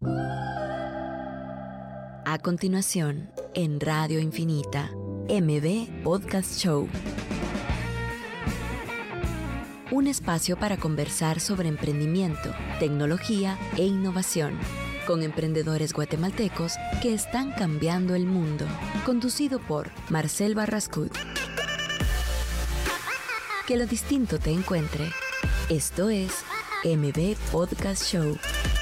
A continuación, en Radio Infinita, MB Podcast Show. Un espacio para conversar sobre emprendimiento, tecnología e innovación, con emprendedores guatemaltecos que están cambiando el mundo. Conducido por Marcel Barrascut. Que lo distinto te encuentre. Esto es MB Podcast Show.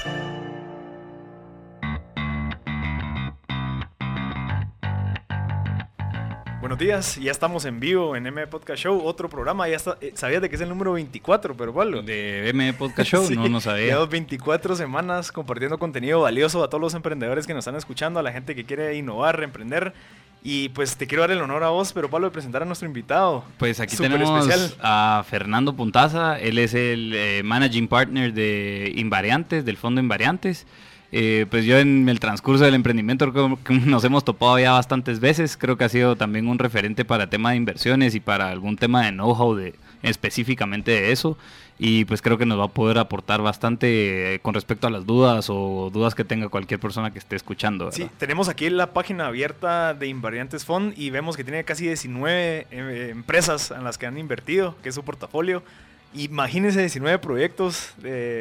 Buenos días, ya estamos en vivo en MB Podcast Show, otro programa. Ya está, sabías de que es el número 24, pero Pablo. De MB Podcast Show, sí, no sabía. Llevamos 24 semanas compartiendo contenido valioso a todos los emprendedores que nos están escuchando, a la gente que quiere innovar, reemprender. Y pues te quiero dar el honor a vos, pero Pablo, de presentar a nuestro invitado. Pues aquí tenemos especial a Fernando Puntaza. Él es el Managing Partner de Invariantes, del fondo Invariantes. Pues yo en el transcurso del emprendimiento creo que nos hemos topado ya bastantes veces. Creo que ha sido también un referente para tema de inversiones y para algún tema de know-how específicamente de eso. Y pues creo que nos va a poder aportar bastante con respecto a las dudas o dudas que tenga cualquier persona que esté escuchando, ¿verdad? Sí, tenemos aquí la página abierta de Invariantes Fund y vemos que tiene casi 19 empresas en las que han invertido, que es su portafolio. Imagínense 19 proyectos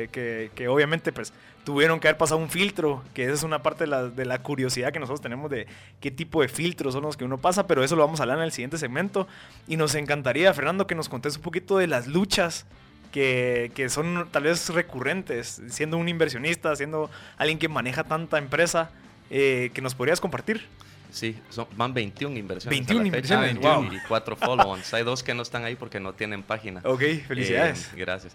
que obviamente pues tuvieron que haber pasado un filtro, que esa es una parte de la curiosidad que nosotros tenemos de qué tipo de filtros son los que uno pasa, pero eso lo vamos a hablar en el siguiente segmento. Y nos encantaría, Fernando, que nos contes un poquito de las luchas que son tal vez recurrentes, siendo un inversionista, siendo alguien que maneja tanta empresa, que nos podrías compartir. Sí, van 21 inversiones. 21 inversiones, wow. Y 4 follow-ons. Hay 2 que no están ahí porque no tienen página. Ok, felicidades. Gracias.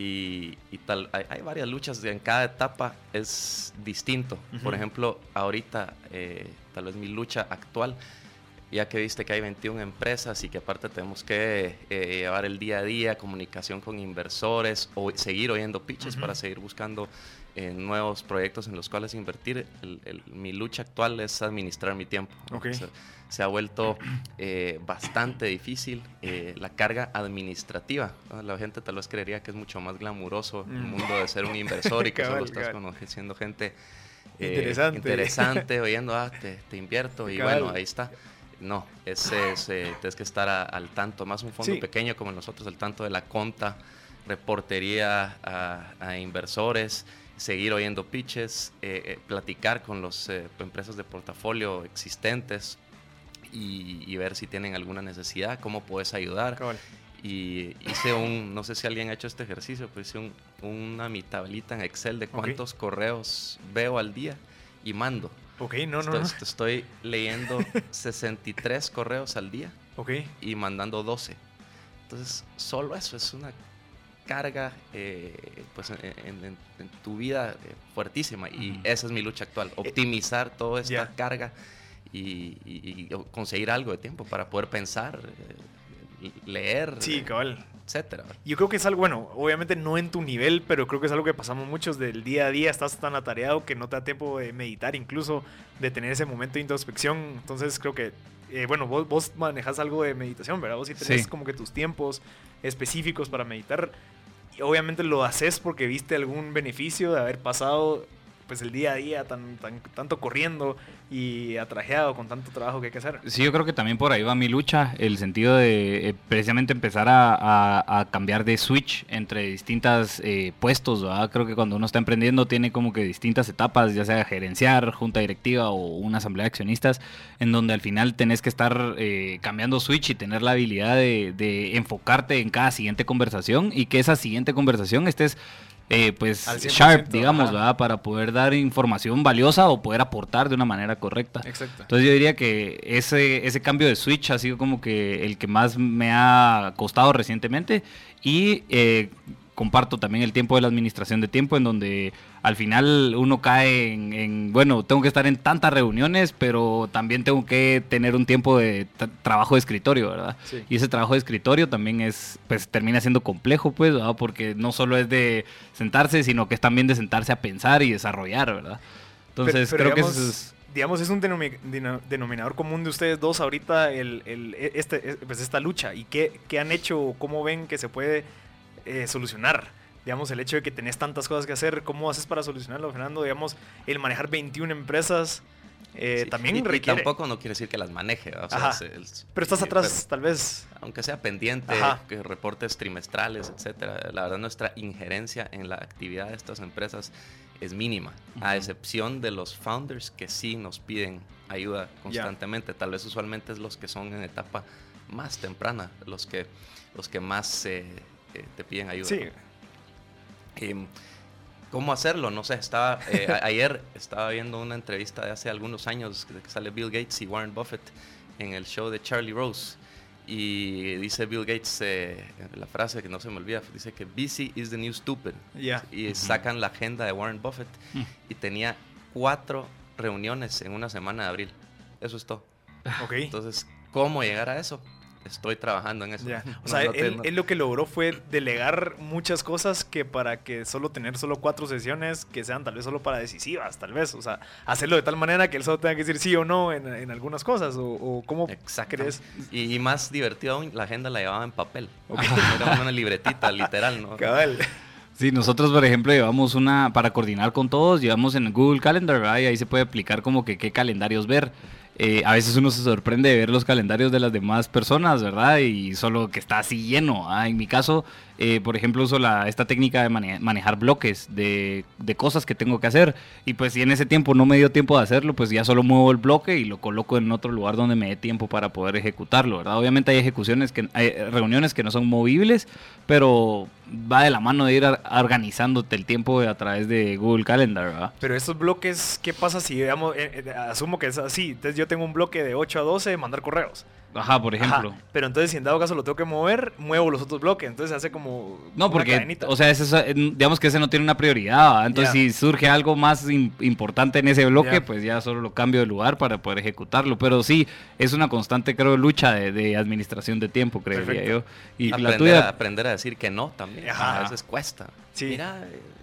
Y tal, hay varias luchas, en cada etapa es distinto. Uh-huh. Por ejemplo, ahorita, tal vez mi lucha actual, ya que viste que hay 21 empresas y que aparte tenemos que llevar el día a día, comunicación con inversores, o seguir oyendo pitches para seguir buscando nuevos proyectos en los cuales invertir. Mi lucha actual es administrar mi tiempo. Okay. Se ha vuelto bastante difícil la carga administrativa, ¿no? La gente tal vez creería que es mucho más glamuroso el mundo de ser un inversor y que solo estás conociendo gente interesante oyendo, te invierto y bueno, ahí está. No, tienes que estar al tanto, más un fondo pequeño como nosotros, al tanto de la conta, reportería a inversores, seguir oyendo pitches, platicar con las empresas de portafolio existentes y ver si tienen alguna necesidad, cómo puedes ayudar. Y hice no sé si alguien ha hecho este ejercicio, pero hice una mi tablita en Excel de cuántos correos veo al día y mando. Estoy leyendo 63 correos al día y mandando 12. Entonces, solo eso es una carga pues en tu vida fuertísima. Y esa es mi lucha actual, optimizar toda esta carga y conseguir algo de tiempo para poder pensar, leer, etcétera. Yo creo que es algo, bueno, obviamente no en tu nivel, pero creo que es algo que pasamos muchos del día a día. Estás tan atareado que no te da tiempo de meditar, incluso de tener ese momento de introspección. Entonces creo que, bueno, vos manejas algo de meditación, ¿verdad? Vos sí tenés como que tus tiempos específicos para meditar. Y obviamente lo haces porque viste algún beneficio de haber pasado pues el día a día tanto corriendo y atrajeado con tanto trabajo que hay que hacer. Sí, yo creo que también por ahí va mi lucha, el sentido de precisamente empezar a cambiar de switch entre distintos puestos, ¿verdad? Creo que cuando uno está emprendiendo tiene como que distintas etapas, ya sea gerenciar, junta directiva o una asamblea de accionistas, en donde al final tenés que estar cambiando switch y tener la habilidad de enfocarte en cada siguiente conversación y que esa siguiente conversación estés pues sharp, digamos, ¿verdad? Para poder dar información valiosa o poder aportar de una manera correcta. Exacto. Entonces yo diría que ese cambio de switch ha sido como que el que más me ha costado recientemente y comparto también el tiempo de la administración de tiempo, en donde al final uno cae en bueno, tengo que estar en tantas reuniones, pero también tengo que tener un tiempo de trabajo de escritorio, ¿verdad? Sí. Y ese trabajo de escritorio también pues termina siendo complejo, pues, ¿verdad? Porque no solo es de sentarse, sino que es también de sentarse a pensar y desarrollar, ¿verdad? Entonces pero creo digamos, que digamos, es un denominador común de ustedes dos ahorita pues esta lucha. ¿Y qué han hecho o cómo ven que se puede solucionar? digamos, el hecho de que tenés tantas cosas que hacer, ¿cómo haces para solucionarlo, Fernando? Digamos, el manejar 21 empresas también requiere. Y tampoco no quiere decir que las maneje, o sea, pero estás atrás, tal vez. Aunque sea pendiente, que reportes trimestrales, etcétera. La verdad, nuestra injerencia en la actividad de estas empresas es mínima, a excepción de los founders que sí nos piden ayuda constantemente. Tal vez usualmente es los que son en etapa más temprana, los que más te piden ayuda. Sí. ¿Cómo hacerlo? No sé, ayer estaba viendo una entrevista de hace algunos años que sale Bill Gates y Warren Buffett en el show de Charlie Rose. Y dice Bill Gates, la frase que no se me olvida, dice que busy is the new stupid. Y sacan la agenda de Warren Buffett y tenía 4 reuniones en una semana de abril. Eso es todo. Entonces, ¿cómo llegar a eso? Estoy trabajando en eso. O sea, él lo que logró fue delegar muchas cosas que para que tener solo 4 sesiones que sean tal vez solo para decisivas, tal vez. O sea, hacerlo de tal manera que él solo tenga que decir sí o no en algunas cosas. O cómo crees. Y más divertido aún, la agenda la llevaba en papel. Era una libretita, literal, ¿no? Cabal. Sí, nosotros, por ejemplo, llevamos para coordinar con todos, llevamos en el Google Calendar, ¿verdad? Y ahí se puede aplicar como que qué calendarios ver. A veces uno se sorprende de ver los calendarios de las demás personas, ¿verdad? Y solo que está así lleno. En mi caso, por ejemplo, uso esta técnica de manejar bloques de cosas que tengo que hacer. Y pues si en ese tiempo no me dio tiempo de hacerlo, pues ya solo muevo el bloque y lo coloco en otro lugar donde me dé tiempo para poder ejecutarlo, ¿verdad? Obviamente hay reuniones que no son movibles, pero va de la mano de ir organizándote el tiempo a través de Google Calendar, ¿verdad? Pero estos bloques, ¿qué pasa si, digamos, asumo que es así? Entonces yo tengo un bloque de 8 a 12 de mandar correos. Ajá, por ejemplo. Pero entonces si en dado caso lo tengo que mover, muevo los otros bloques. Entonces se hace como no, porque, cadenita. O sea, digamos que ese no tiene una prioridad, ¿verdad? Entonces si surge algo más importante en ese bloque, pues ya solo lo cambio de lugar para poder ejecutarlo. Pero sí, es una constante, creo, lucha de administración de tiempo, creería yo. Y aprender a decir que no también. A veces cuesta. Sí. Mira,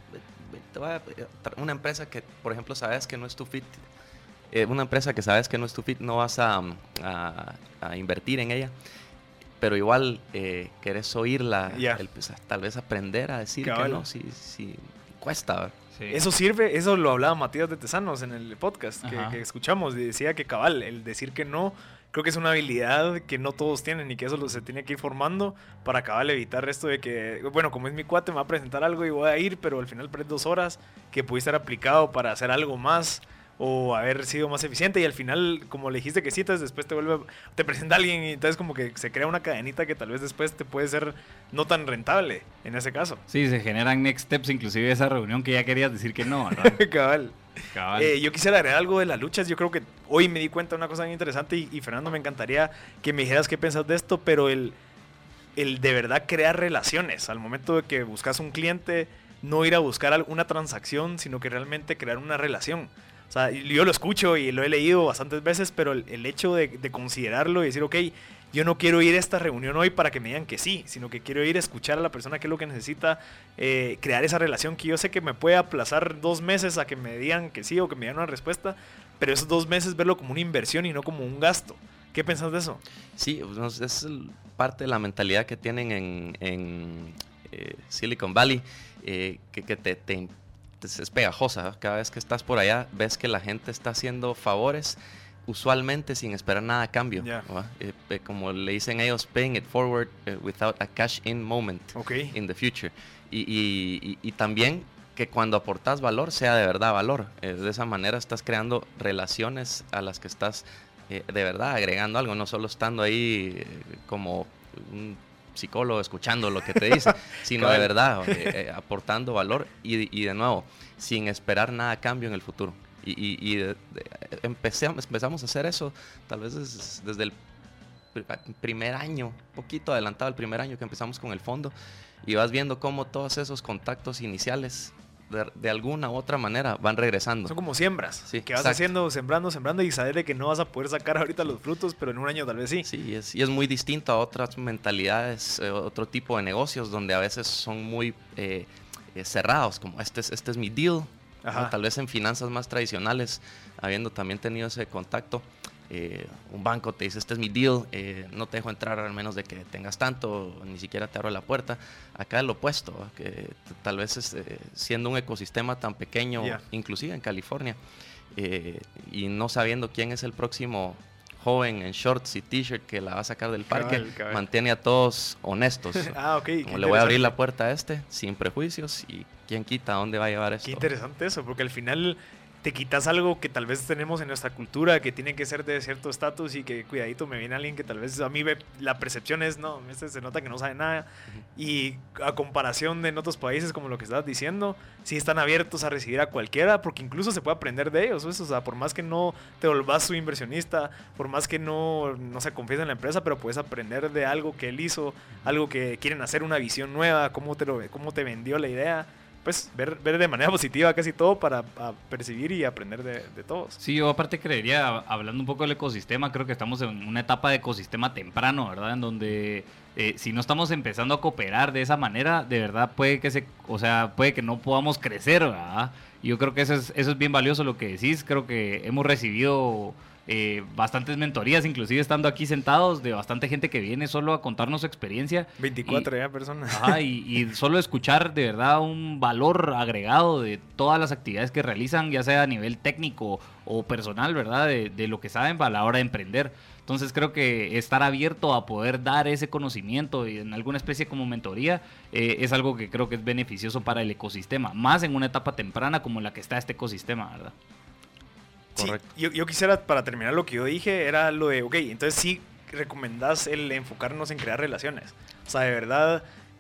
una empresa que, por ejemplo, sabes que no es tu fit. Una empresa que sabes que no es tu fit, no vas a invertir en ella, pero igual querés oírla, tal vez aprender a decir que no, si cuesta, ¿verdad? Sí. Eso sirve, eso lo hablaba Matías de Tesanos en el podcast que escuchamos, y decía que cabal, el decir que no, creo que es una habilidad que no todos tienen y que eso se tiene que ir formando para cabal evitar esto de que, bueno, como es mi cuate, me va a presentar algo y voy a ir, pero al final perdí 2 horas que pudiste haber aplicado para hacer algo más o haber sido más eficiente, y al final, como le dijiste que citas, después te presenta alguien y entonces como que se crea una cadenita que tal vez después te puede ser no tan rentable en ese caso. Sí, se generan next steps, inclusive esa reunión que ya querías decir que no, ¿verdad? Cabal. Yo quisiera agregar algo de las luchas. Yo creo que hoy me di cuenta de una cosa bien interesante y Fernando, me encantaría que me dijeras qué pensás de esto, pero el de verdad crear relaciones al momento de que buscas un cliente, no ir a buscar una transacción, sino que realmente crear una relación. O sea, yo lo escucho y lo he leído bastantes veces, pero el hecho de considerarlo y decir, ok, yo no quiero ir a esta reunión hoy para que me digan que sí, sino que quiero ir a escuchar a la persona qué es lo que necesita, crear esa relación que yo sé que me puede aplazar 2 meses a que me digan que sí o que me den una respuesta, pero esos 2 meses verlo como una inversión y no como un gasto. ¿Qué pensás de eso? Sí, es parte de la mentalidad que tienen en Silicon Valley, que es pegajosa. Cada vez que estás por allá, ves que la gente está haciendo favores, usualmente sin esperar nada a cambio. Como le dicen ellos, paying it forward without a cash in moment in the future. Y también que cuando aportas valor, sea de verdad valor. De esa manera estás creando relaciones a las que estás de verdad agregando algo, no solo estando ahí como un psicólogo escuchando lo que te dice, sino de verdad aportando valor y de nuevo, sin esperar nada a cambio en el futuro. Empezamos a hacer eso tal vez desde el primer año, poquito adelantado el primer año que empezamos con el fondo, y vas viendo cómo todos esos contactos iniciales de alguna u otra manera van regresando. Son como siembras, sí, que vas haciendo, sembrando y sabes de que no vas a poder sacar ahorita los frutos, pero en un año tal vez sí. Sí, y es muy distinto a otras mentalidades, otro tipo de negocios donde a veces son muy cerrados, como este es mi deal. ¿No? Tal vez en finanzas más tradicionales, habiendo también tenido ese contacto, un banco te dice, este es mi deal, no te dejo entrar al menos de que tengas tanto, ni siquiera te abro la puerta. Acá es lo opuesto, que tal vez siendo un ecosistema tan pequeño, inclusive en California, y no sabiendo quién es el próximo joven en shorts y t-shirt que la va a sacar del parque, mantiene a todos honestos. Como le voy a abrir la puerta a sin prejuicios, y quién quita a dónde va a llevar esto. Qué interesante eso, porque al final te quitas algo que tal vez tenemos en nuestra cultura, que tiene que ser de cierto estatus, y que cuidadito me viene alguien que tal vez a mí la percepción es, no, se nota que no sabe nada, y a comparación de en otros países, como lo que estabas diciendo, sí están abiertos a recibir a cualquiera, porque incluso se puede aprender de ellos, ¿ves? O sea, por más que no te volvás su inversionista, por más que no se confíes en la empresa, pero puedes aprender de algo que él hizo, algo que quieren hacer, una visión nueva, cómo te vendió la idea. Pues ver de manera positiva casi todo para percibir y aprender de todos. Sí, yo aparte creería, hablando un poco del ecosistema, creo que estamos en una etapa de ecosistema temprano, ¿verdad? En donde si no estamos empezando a cooperar de esa manera, de verdad puede que no podamos crecer, ¿verdad? Y yo creo que eso es bien valioso lo que decís. Creo que hemos recibido bastantes mentorías, inclusive estando aquí sentados, de bastante gente que viene solo a contarnos su experiencia. 24 personas. Ajá, y solo escuchar de verdad un valor agregado de todas las actividades que realizan, ya sea a nivel técnico o personal, ¿verdad? De lo que saben a la hora de emprender. Entonces creo que estar abierto a poder dar ese conocimiento y en alguna especie como mentoría es algo que creo que es beneficioso para el ecosistema, más en una etapa temprana como la que está este ecosistema, ¿verdad? Correcto. Sí, yo quisiera, para terminar lo que yo dije, era lo de, entonces sí recomendás el enfocarnos en crear relaciones. O sea, de verdad,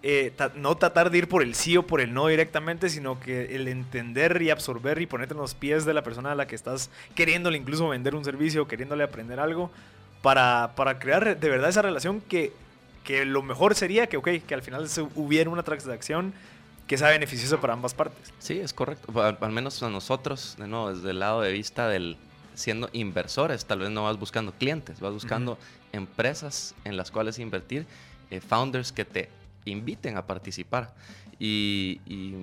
no tratar de ir por el sí o por el no directamente, sino que el entender y absorber y ponerte en los pies de la persona a la que estás queriéndole incluso vender un servicio, queriéndole aprender algo, para crear de verdad esa relación que lo mejor sería que al final hubiera una transacción que sea beneficioso para ambas partes. Sí, es correcto. Al menos a nosotros, de nuevo, desde el lado de vista siendo inversores, tal vez no vas buscando clientes, vas buscando empresas en las cuales invertir, founders que te inviten a participar. Y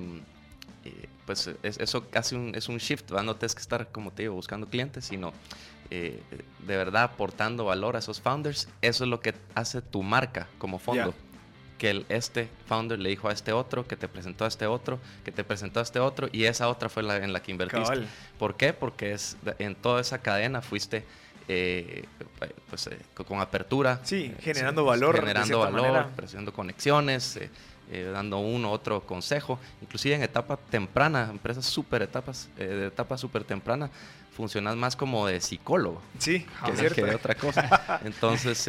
pues eso casi es un shift, ¿verdad? No tienes que estar, como te digo, buscando clientes, sino de verdad aportando valor a esos founders. Eso es lo que hace tu marca como fondo. Yeah. Que este founder le dijo a este otro, que te presentó a este otro, que te presentó a este otro, y esa otra fue en la que invertiste. Cabal. ¿Por qué? Porque en toda esa cadena fuiste con apertura. Sí, generando valor. Generando valor, presionando conexiones, dando uno otro consejo. Inclusive en etapa temprana, empresas de etapa súper temprana, funcionas más como de psicólogo. Sí, que de otra cosa. Entonces,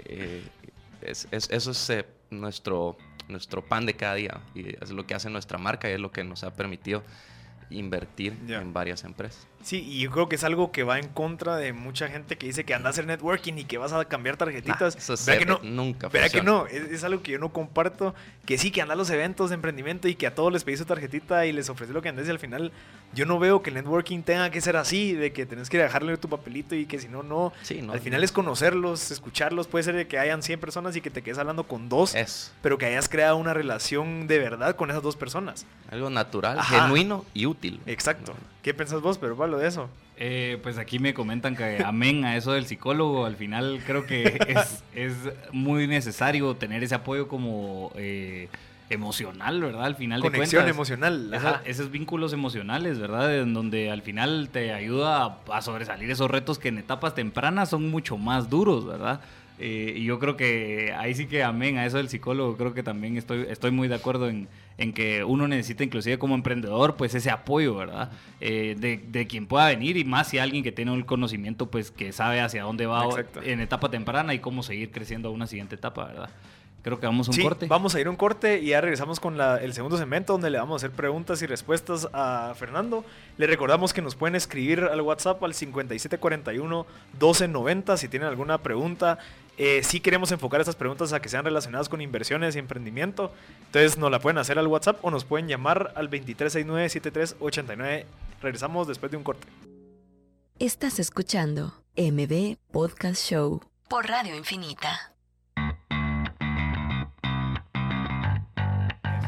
eso es nuestro pan de cada día, y es lo que hace nuestra marca y es lo que nos ha permitido invertir en varias empresas. Sí, y yo creo que es algo que va en contra de mucha gente que dice que anda a hacer networking y que vas a cambiar tarjetitas. Eso nunca funciona. Que no, es algo que yo no comparto, que sí, que anda a los eventos de emprendimiento y que a todos les pedís su tarjetita y les ofreces lo que andes, y al final yo no veo que el networking tenga que ser así, de que tenés que dejarle tu papelito y que si no. Sí, al final es conocerlos, escucharlos. Puede ser de que hayan 100 personas y que te quedes hablando con 2, pero que hayas creado una relación de verdad con esas 2 personas. Algo natural, genuino y útil. Exacto. ¿Qué pensás vos, pero Pablo, de eso? Pues aquí me comentan que amén a eso del psicólogo. Al final creo que es muy necesario tener ese apoyo como emocional, ¿verdad? Al final conexión de cuentas, emocional. Esos vínculos emocionales, ¿verdad? En donde al final te ayuda a sobresalir esos retos que en etapas tempranas son mucho más duros, ¿verdad? Y yo creo que ahí sí que amén a eso del psicólogo. Creo que también estoy muy de acuerdo en que uno necesita, inclusive como emprendedor, pues ese apoyo, ¿verdad? De quien pueda venir, y más si alguien que tiene un conocimiento, pues que sabe hacia dónde va. Exacto. En etapa temprana y cómo seguir creciendo a una siguiente etapa, ¿verdad? Creo que vamos a un corte. Vamos a ir a un corte y ya regresamos con el segundo segmento, donde le vamos a hacer preguntas y respuestas a Fernando. Le recordamos que nos pueden escribir al WhatsApp al 5741-1290 si tienen alguna pregunta. Sí queremos enfocar estas preguntas a que sean relacionadas con inversiones y emprendimiento. Entonces nos la pueden hacer al WhatsApp o nos pueden llamar al 2369-7389. Regresamos después de un corte. Estás escuchando MB Podcast Show por Radio Infinita.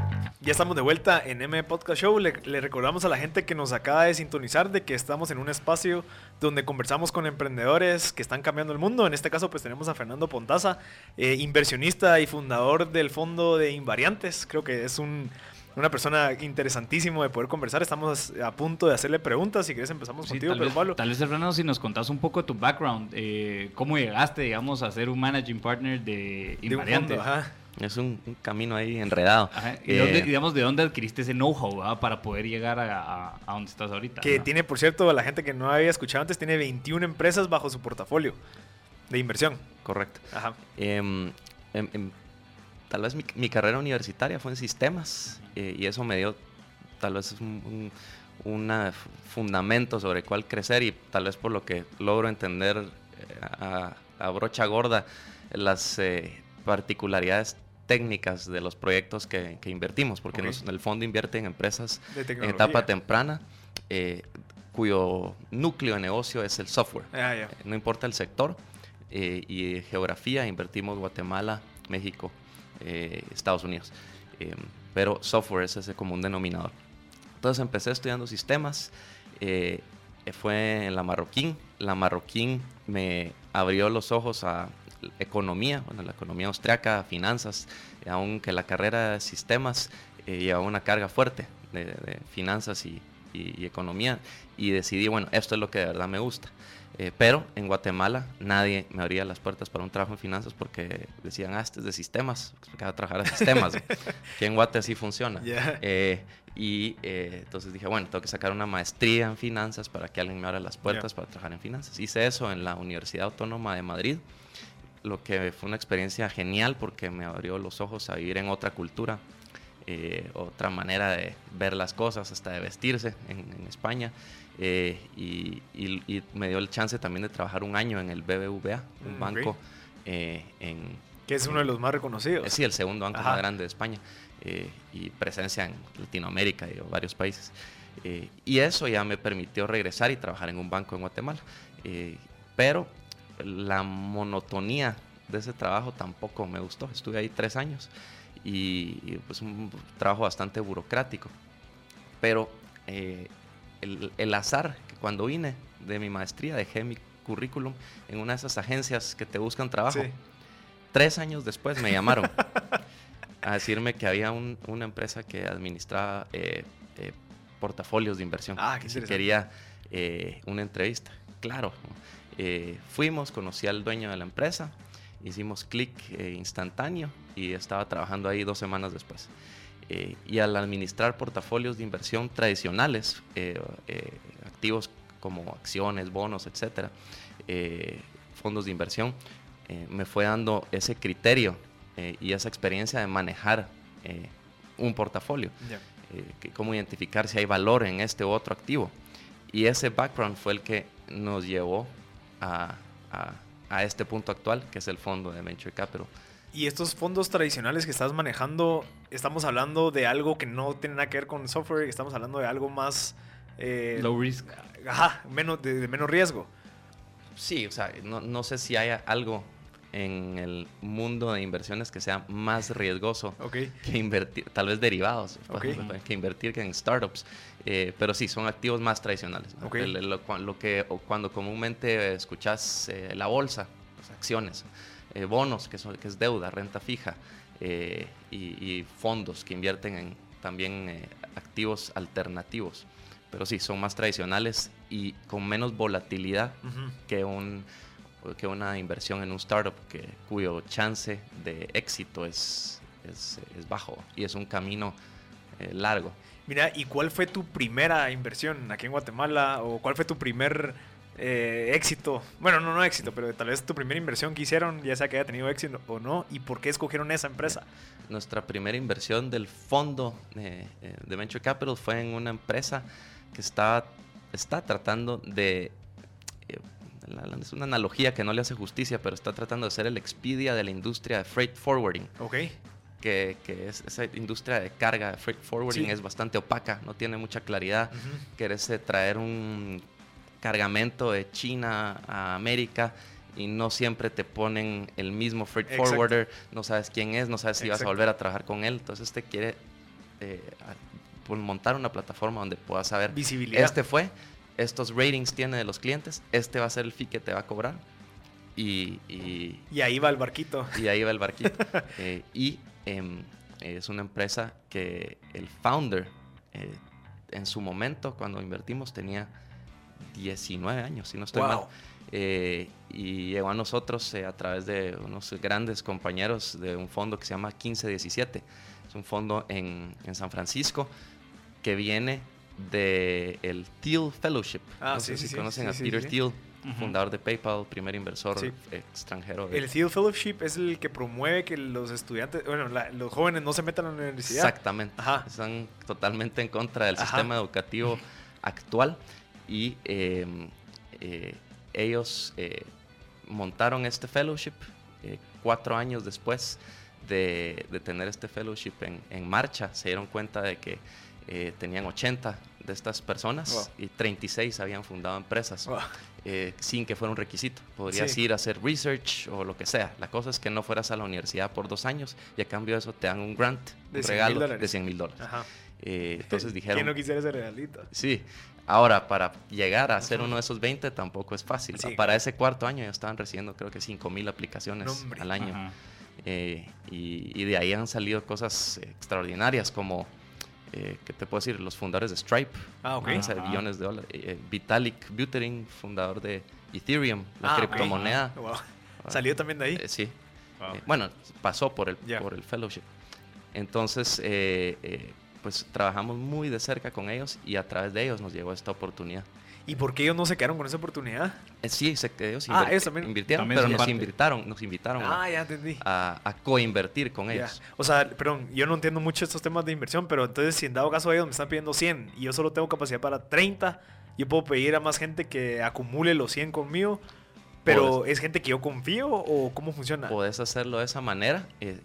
Ya estamos de vuelta en M Podcast Show. Le recordamos a la gente que nos acaba de sintonizar de que estamos en un espacio donde conversamos con emprendedores que están cambiando el mundo. En este caso pues tenemos a Fernando Pontaza, inversionista y fundador del fondo de Invariantes. Creo que es una persona interesantísimo de poder conversar. Estamos a punto de hacerle preguntas. Si quieres empezamos contigo, pero Pablo. Tal vez, Fernando, si nos contás un poco de tu background, cómo llegaste, digamos, a ser un managing partner de Invariantes. De un fondo, ajá. Es un camino ahí enredado. Ajá. ¿Y de dónde adquiriste ese know-how para poder llegar a donde estás ahorita? Que tiene, por cierto, la gente que no había escuchado antes, tiene 21 empresas bajo su portafolio de inversión. Correcto. Ajá. Tal vez mi carrera universitaria fue en sistemas y eso me dio tal vez un fundamento sobre cuál crecer y tal vez por lo que logro entender a brocha gorda las particularidades técnicas de los proyectos que invertimos, porque el fondo invierte en empresas en etapa temprana cuyo núcleo de negocio es el software. No importa el sector y geografía, invertimos Guatemala, México, Estados Unidos, pero software es ese común denominador. Entonces empecé estudiando sistemas, fue en la Marroquín. La Marroquín me abrió los ojos a economía, la economía austriaca, finanzas, aunque la carrera de sistemas llevaba una carga fuerte de finanzas y economía, y decidí, esto es lo que de verdad me gusta. Pero en Guatemala nadie me abría las puertas para un trabajo en finanzas porque decían, este es de sistemas, porque va a trabajar en sistemas. Que en Guate así funciona. Yeah. Entonces dije, tengo que sacar una maestría en finanzas para que alguien me abra las puertas para trabajar en finanzas. Hice eso en la Universidad Autónoma de Madrid, lo que fue una experiencia genial porque me abrió los ojos a vivir en otra cultura, otra manera de ver las cosas, hasta de vestirse en España. Y me dio el chance también de trabajar un año en el BBVA, un banco que es uno de los más reconocidos. Sí, el segundo banco más grande de España, y presencia en Latinoamérica y varios países. Y eso ya me permitió regresar y trabajar en un banco en Guatemala. Pero la monotonía de ese trabajo tampoco me gustó. Estuve ahí 3 años y pues un trabajo bastante burocrático. Pero el azar, que cuando vine de mi maestría dejé mi currículum en una de esas agencias que te buscan trabajo. Sí. 3 años después me llamaron a decirme que había una empresa que administraba portafolios de inversión. Que si quería una entrevista. Claro. Fuimos, conocí al dueño de la empresa, hicimos clic instantáneo y estaba trabajando ahí 2 semanas después. Y al administrar portafolios de inversión tradicionales, activos como acciones, bonos, etcétera, fondos de inversión, me fue dando ese criterio y esa experiencia de manejar un portafolio, cómo identificar si hay valor en este u otro activo. Y ese background fue el que nos llevó a este punto actual, que es el fondo de Venture Capital. Y estos fondos tradicionales que estás manejando, estamos hablando de algo que no tiene nada que ver con software, estamos hablando de algo más... low risk. De menos riesgo. Sí, o sea, no sé si hay algo en el mundo de inversiones que sea más riesgoso que invertir, tal vez derivados, que invertir que en startups. Pero sí, son activos más tradicionales, ¿no? Cuando comúnmente escuchas la bolsa, pues acciones, bonos, que es deuda, renta fija, y fondos que invierten en también activos alternativos. Pero sí, son más tradicionales y con menos volatilidad que una inversión en un startup cuyo chance de éxito es bajo y es un camino largo. Mira, ¿y cuál fue tu primera inversión aquí en Guatemala? ¿O cuál fue tu primer éxito? Bueno, no éxito, pero tal vez tu primera inversión que hicieron, ya sea que haya tenido éxito o no, ¿y por qué escogieron esa empresa? Nuestra primera inversión del fondo de Venture Capital fue en una empresa que está tratando de... es una analogía que no le hace justicia, pero está tratando de ser el Expedia de la industria de freight forwarding. Que es esa industria de carga de freight forwarding, es bastante opaca, no tiene mucha claridad. Querés traer un cargamento de China a América y no siempre te ponen el mismo freight forwarder, no sabes quién es, no sabes si vas a volver a trabajar con él, entonces te quiere montar una plataforma donde puedas saber, visibilidad. Estos ratings tiene de los clientes, este va a ser el fee que te va a cobrar. Y ahí va el barquito. Y ahí va el barquito. Es una empresa que el founder, en su momento, cuando invertimos, tenía 19 años, si no estoy mal. Y llegó a nosotros a través de unos grandes compañeros de un fondo que se llama 1517. Es un fondo en San Francisco que viene del Thiel Fellowship. No sé si conocen a Peter Thiel, fundador de PayPal, primer inversor extranjero. El Thiel Fellowship es el que promueve que los estudiantes, los jóvenes no se metan a la universidad. Exactamente. Están totalmente en contra del sistema educativo actual y ellos montaron este fellowship 4 años después de tener este fellowship en marcha. Se dieron cuenta de que tenían 80 de estas personas y 36 habían fundado empresas sin que fuera un requisito. Podrías ir a hacer research o lo que sea. La cosa es que no fueras a la universidad por 2 años y a cambio de eso te dan un grant, un regalo de $100,000. Entonces dijeron... ¿Quién no quisiera ese regalito? Sí. Ahora, para llegar a ser uno de esos 20 tampoco es fácil. Para ese 4º año ya estaban recibiendo creo que 5,000 aplicaciones al año. Y de ahí han salido cosas extraordinarias como... ¿qué te puedo decir? Los fundadores de Stripe, de billones de dólares. Vitalik Buterin, fundador de Ethereum, la criptomoneda. ¿Salió también de ahí? Sí. Bueno, pasó por el fellowship. Entonces, pues trabajamos muy de cerca con ellos y a través de ellos nos llegó esta oportunidad. ¿Y por qué ellos no se quedaron con esa oportunidad? Sí, ellos invirtieron, también pero nos invitaron ya entendí. a coinvertir con ellos. O sea, perdón, yo no entiendo mucho estos temas de inversión, pero entonces si en dado caso ellos me están pidiendo 100 y yo solo tengo capacidad para 30, yo puedo pedir a más gente que acumule los 100 conmigo, pero ¿es gente que yo confío o cómo funciona? Puedes hacerlo de esa manera,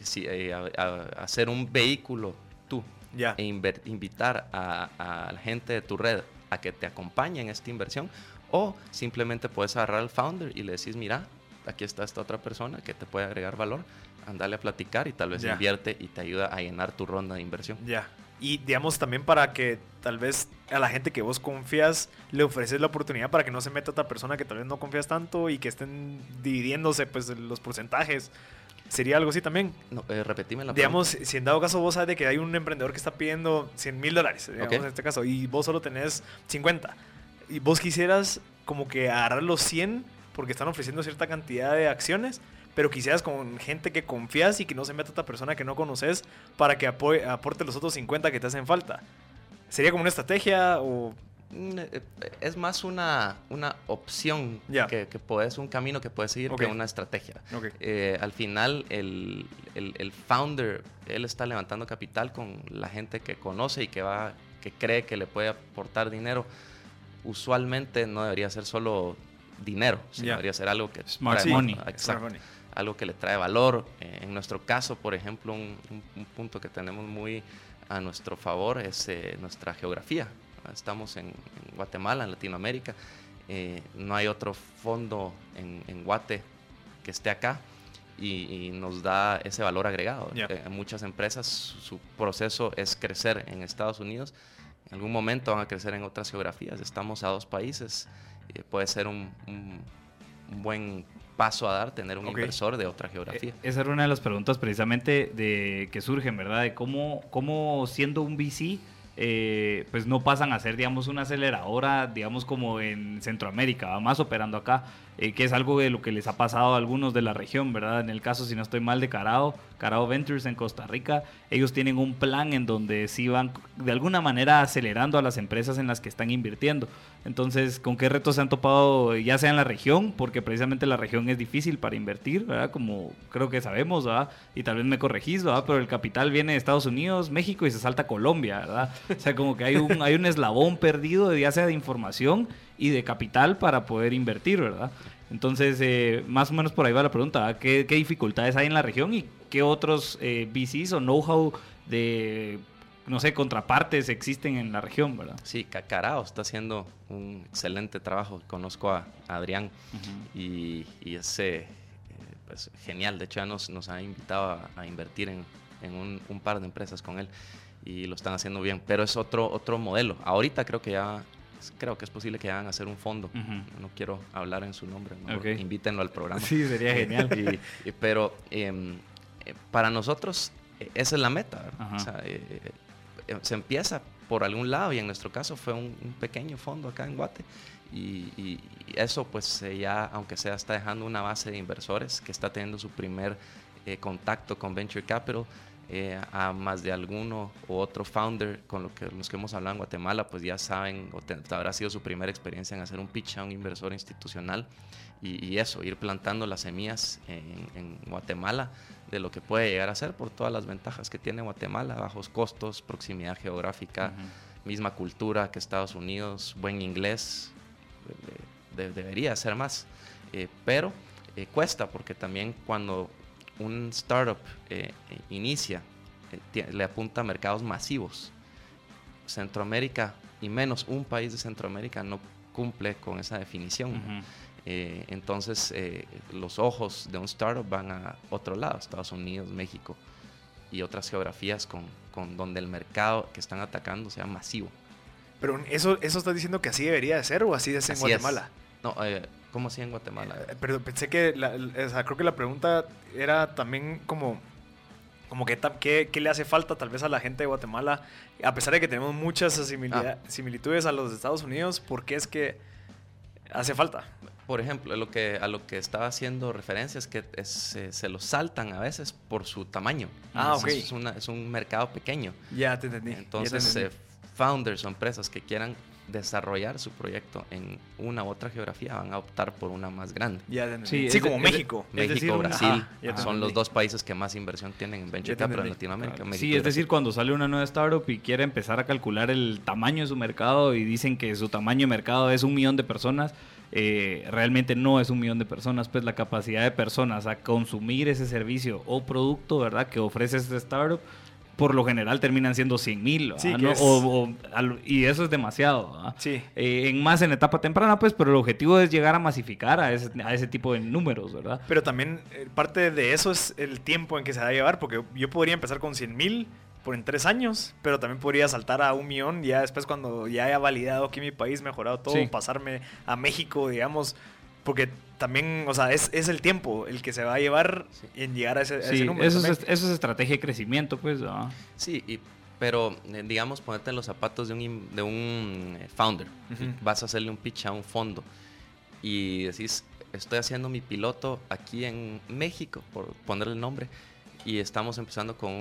hacer un vehículo tú e invitar a la gente de tu red a que te acompañe en esta inversión, o simplemente puedes agarrar al founder y le decís, mira, aquí está esta otra persona que te puede agregar valor, andale a platicar y tal vez invierte y te ayuda a llenar tu ronda de inversión. Y digamos también para que tal vez a la gente que vos confías le ofreces la oportunidad para que no se meta otra persona que tal vez no confías tanto y que estén dividiéndose pues los porcentajes. ¿Sería algo así también? No, repetime la pregunta. Digamos, si en dado caso vos sabes de que hay un emprendedor que está pidiendo $100,000, digamos, en este caso, y vos solo tenés 50, y vos quisieras como que agarrar los 100 porque están ofreciendo cierta cantidad de acciones, pero quisieras con gente que confías y que no se meta otra persona que no conoces para que aporte los otros 50 que te hacen falta. ¿Sería como una estrategia o...? Es más una opción que puedes, un camino que puedes seguir que una estrategia. Al final el founder, él está levantando capital con la gente que conoce y que cree que le puede aportar dinero. Usualmente no debería ser solo dinero, sino debería ser algo que Smart money. Exacto. Algo que le trae valor. En nuestro caso, por ejemplo, un punto que tenemos muy a nuestro favor es nuestra geografía. Estamos en Guatemala, en Latinoamérica. No hay otro fondo en Guate que esté acá y nos da ese valor agregado. Muchas empresas, su proceso es crecer en Estados Unidos. En algún momento van a crecer en otras geografías. Estamos a 2 países. Puede ser un buen paso a dar, tener un inversor de otra geografía. Esa era una de las preguntas precisamente que surgen, ¿verdad? De cómo siendo un VC... pues no pasan a ser, digamos, una aceleradora, digamos, como en Centroamérica, más operando acá, que es algo de lo que les ha pasado a algunos de la región, ¿verdad? En el caso, si no estoy mal, de Carao Ventures en Costa Rica, ellos tienen un plan en donde sí van de alguna manera acelerando a las empresas en las que están invirtiendo. Entonces, ¿con qué retos se han topado, ya sea en la región? Porque precisamente la región es difícil para invertir, ¿verdad? Como creo que sabemos, ¿verdad? Y tal vez me corregís, ¿verdad? Pero el capital viene de Estados Unidos, México y se salta a Colombia, ¿verdad? O sea, como que hay un eslabón perdido, ya sea de información y de capital para poder invertir, ¿verdad? Entonces, más o menos por ahí va la pregunta, ¿verdad? ¿Qué dificultades hay en la región y qué otros VCs o know-how de, no sé, contrapartes existen en la región, ¿verdad? Sí, Carao está haciendo un excelente trabajo. Conozco a Adrián y es pues, genial. De hecho, ya nos ha invitado a invertir en un par de empresas con él. y lo están haciendo bien, pero es otro modelo. Ahorita creo que es posible que hagan hacer un fondo. No quiero hablar en su nombre, invítenlo al programa. Sí, sería genial. Pero para nosotros esa es la meta, ¿verdad? O sea, se empieza por algún lado y en nuestro caso fue un pequeño fondo acá en Guate y eso pues ya, aunque sea, está dejando una base de inversores que está teniendo su primer contacto con Venture Capital. A más de alguno u otro founder con los que hemos hablado en Guatemala, pues ya saben, habrá sido su primera experiencia en hacer un pitch a un inversor institucional y eso, ir plantando las semillas en Guatemala de lo que puede llegar a ser por todas las ventajas que tiene Guatemala: bajos costos, proximidad geográfica, misma cultura que Estados Unidos, buen inglés, debería ser más, pero cuesta, porque también cuando un startup inicia, le apunta a mercados masivos. Centroamérica, y menos un país de Centroamérica, no cumple con esa definición. Entonces, los ojos de un startup van a otro lado, Estados Unidos, México y otras geografías con donde el mercado que están atacando sea masivo. Pero eso estás diciendo que así debería de ser, o así es en Guatemala. No, ¿cómo así en Guatemala? Pero pensé que, creo que la pregunta era también como que ¿qué le hace falta tal vez a la gente de Guatemala? A pesar de que tenemos muchas similitudes a los de Estados Unidos, ¿por qué es que hace falta? Por ejemplo, a lo que estaba haciendo referencia es que se los saltan a veces por su tamaño. Ok. Es un mercado pequeño. Ya te entendí. Entonces, founders o empresas que quieran desarrollar su proyecto en una u otra geografía van a optar por una más grande. Sí, como México. México, Brasil, son los dos países que más inversión tienen en Venture Capital en Latinoamérica. Claro. México, sí, es decir, cuando sale una nueva startup y quiere empezar a calcular el tamaño de su mercado y dicen que su tamaño de mercado es 1 millón de personas, realmente no es 1 millón de personas, pues la capacidad de personas a consumir ese servicio o producto, ¿verdad?, que ofrece ese startup, por lo general terminan siendo 100,000, sí, ¿no? Y eso es demasiado, ¿verdad? Sí. En etapa temprana, pues, pero el objetivo es llegar a masificar a ese tipo de números, ¿verdad? Pero también parte de eso es el tiempo en que se va a llevar, porque yo podría empezar con 100,000 en 3 años, pero también podría saltar a 1 millón ya después, cuando ya haya validado aquí mi país, mejorado todo, pasarme a México, digamos, porque también, o sea, es el tiempo el que se va a llevar en llegar a ese número. Eso es estrategia de crecimiento, pues. Sí, pero digamos, ponerte en los zapatos de un founder. Vas a hacerle un pitch a un fondo y decís, estoy haciendo mi piloto aquí en México, por ponerle el nombre, y estamos empezando con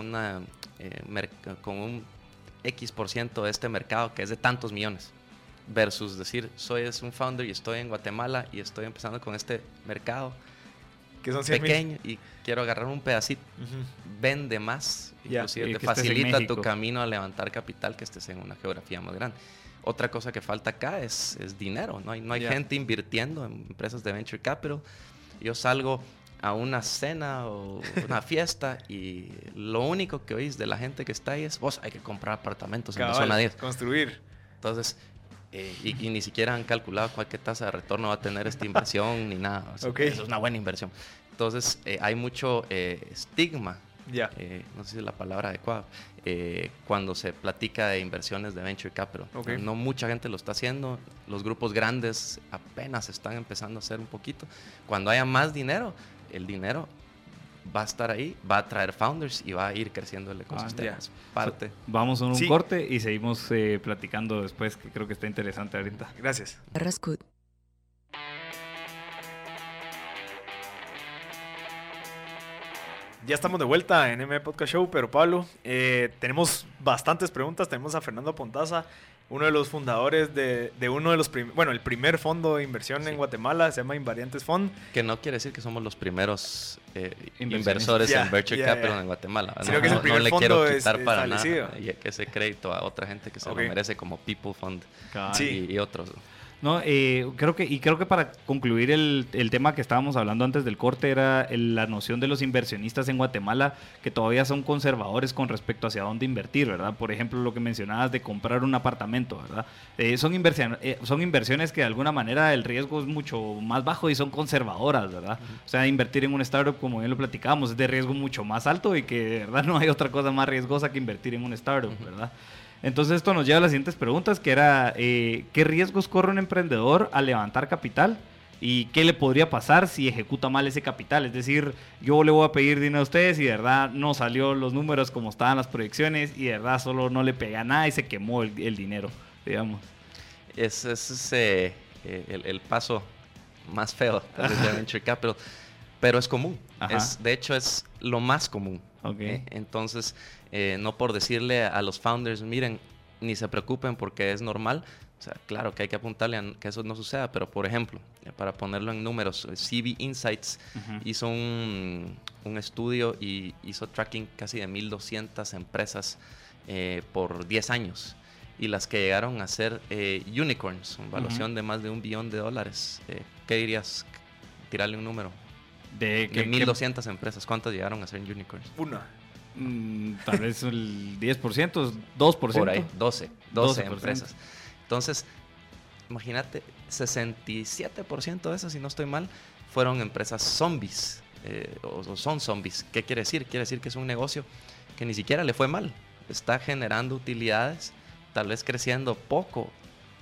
un X% de este mercado que es de tantos millones. Versus decir, soy un founder y estoy en Guatemala y estoy empezando con este mercado que son pequeño y quiero agarrar un pedacito. Vende más, inclusive te facilita tu camino a levantar capital que estés en una geografía más grande. Otra cosa que falta acá es dinero. No hay gente invirtiendo en empresas de Venture Capital. Yo salgo a una cena o una fiesta y lo único que oís de la gente que está ahí es, vos, hay que comprar apartamentos en la zona 10. Construir. Entonces, y ni siquiera han calculado qué tasa de retorno va a tener esta inversión ni nada. O sea, eso es una buena inversión. Entonces, hay mucho estigma, no sé si es la palabra adecuada, cuando se platica de inversiones de Venture Capital. No mucha gente lo está haciendo. Los grupos grandes apenas están empezando a hacer un poquito. Cuando haya más dinero, el dinero va a estar ahí, va a traer founders y va a ir creciendo el ecosistema. Parte. Vamos a un corte y seguimos platicando después, que creo que está interesante ahorita. Gracias. Rascut. Ya estamos de vuelta en M Podcast Show, pero Pablo, tenemos bastantes preguntas. Tenemos a Fernando Pontaza, uno de los fundadores de uno de los el primer fondo de inversión en Guatemala, se llama Invariantes Fund. Que no quiere decir que somos los primeros inversores en Venture Capital en Guatemala. Sino que es el primer no le fondo quiero quitar para nada y ese crédito a otra gente que se lo merece, como People Fund y otros. No, creo que para concluir el tema que estábamos hablando antes del corte era la noción de los inversionistas en Guatemala, que todavía son conservadores con respecto hacia dónde invertir, ¿verdad? Por ejemplo, lo que mencionabas de comprar un apartamento, ¿verdad? Son inversiones que de alguna manera el riesgo es mucho más bajo y son conservadoras, ¿verdad? O sea, invertir en una startup, como bien lo platicábamos, es de riesgo mucho más alto y que de verdad no hay otra cosa más riesgosa que invertir en una startup, ¿verdad? Entonces esto nos lleva a las siguientes preguntas, que era ¿qué riesgos corre un emprendedor al levantar capital? ¿Y qué le podría pasar si ejecuta mal ese capital? Es decir, yo le voy a pedir dinero a ustedes y de verdad no salió los números como estaban las proyecciones y de verdad solo no le pega nada y se quemó el dinero, digamos. Ese es el paso más feo de Venture Capital, pero es común. De hecho, es lo más común. Okay. Entonces, no por decirle a los founders, miren, ni se preocupen porque es normal. O sea, claro que hay que apuntarle a que eso no suceda, pero por ejemplo, para ponerlo en números, CV Insights hizo un estudio y hizo tracking casi de 1,200 empresas por 10 años. Y las que llegaron a ser unicorns, con valuación de más de $1 billón. ¿Qué dirías? Tirarle un número. De 1,200 empresas, ¿cuántas llegaron a ser unicorns? Una. Tal vez el 10%, 2%. Por ahí, 12 empresas. Entonces, imagínate, 67% de esas, si no estoy mal, fueron empresas zombies, o son zombies. ¿Qué quiere decir? Quiere decir que es un negocio que ni siquiera le fue mal. Está generando utilidades, tal vez creciendo poco,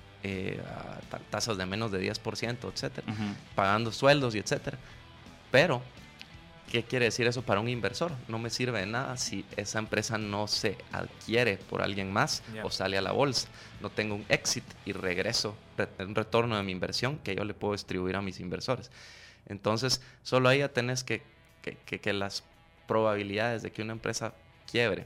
a tasas de menos de 10%, etcétera, pagando sueldos y etcétera. Pero, ¿qué quiere decir eso para un inversor? No me sirve de nada si esa empresa no se adquiere por alguien más o sale a la bolsa. No tengo un exit y regreso, un retorno de mi inversión que yo le puedo distribuir a mis inversores. Entonces, solo ahí ya tenés que las probabilidades de que una empresa quiebre,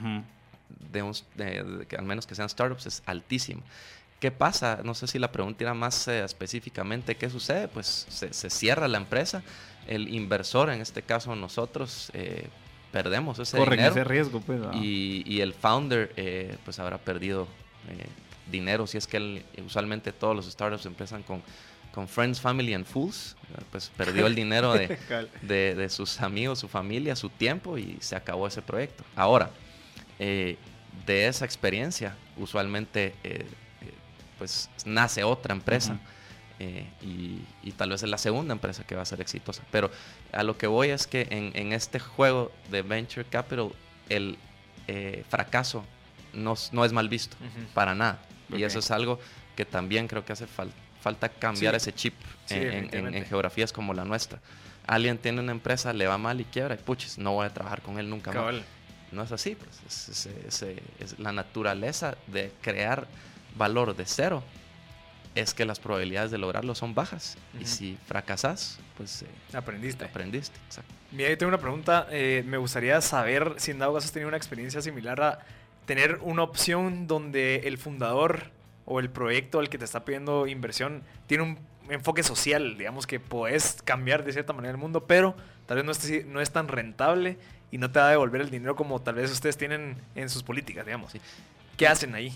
al menos que sean startups, es altísima. ¿Qué pasa? No sé si la pregunta era más específicamente qué sucede. Pues se cierra la empresa. El inversor, en este caso nosotros, perdemos ese dinero. Corren ese riesgo, pues. Y el founder, pues habrá perdido dinero. Si es que usualmente todos los startups empiezan con Friends, Family and Fools. Pues perdió el dinero de sus amigos, su familia, su tiempo y se acabó ese proyecto. Ahora, de esa experiencia, usualmente pues nace otra empresa. Y tal vez es la segunda empresa que va a ser exitosa. Pero a lo que voy es que en este juego de Venture Capital el fracaso no es mal visto, para nada. Y eso es algo que también creo que hace falta cambiar ese chip en geografías como la nuestra. Alguien tiene una empresa, le va mal y quiebra, y puchis, no voy a trabajar con él nunca más. No es así, pues es la naturaleza de crear valor de cero. Es que las probabilidades de lograrlo son bajas. Y si fracasas, pues aprendiste. Exacto. Mira, yo tengo una pregunta. Me gustaría saber si en dado caso has tenido una experiencia similar a tener una opción donde el fundador o el proyecto al que te está pidiendo inversión tiene un enfoque social, digamos que puedes cambiar de cierta manera el mundo, pero tal vez no es tan rentable y no te va a devolver el dinero como tal vez ustedes tienen en sus políticas, digamos. Sí. ¿Qué hacen ahí?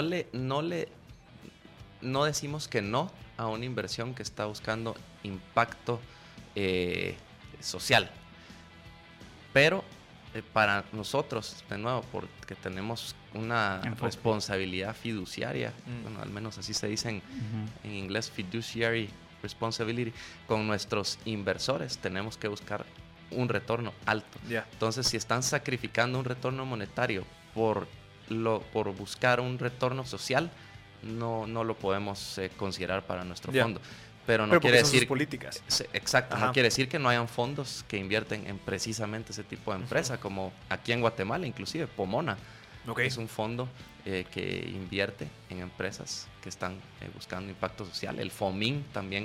No decimos que no a una inversión que está buscando impacto social. Pero para nosotros, de nuevo, porque tenemos una responsabilidad fiduciaria, bueno, al menos así se dice en inglés, fiduciary responsibility, con nuestros inversores tenemos que buscar un retorno alto. Entonces, si están sacrificando un retorno monetario por buscar un retorno social, no lo podemos considerar para nuestro fondo. Pero no quiere decir... sus políticas. Exacto. No quiere decir que no hayan fondos que invierten en precisamente ese tipo de empresa, como aquí en Guatemala, inclusive Pomona. Es un fondo que invierte en empresas que están buscando impacto social. El FOMIN también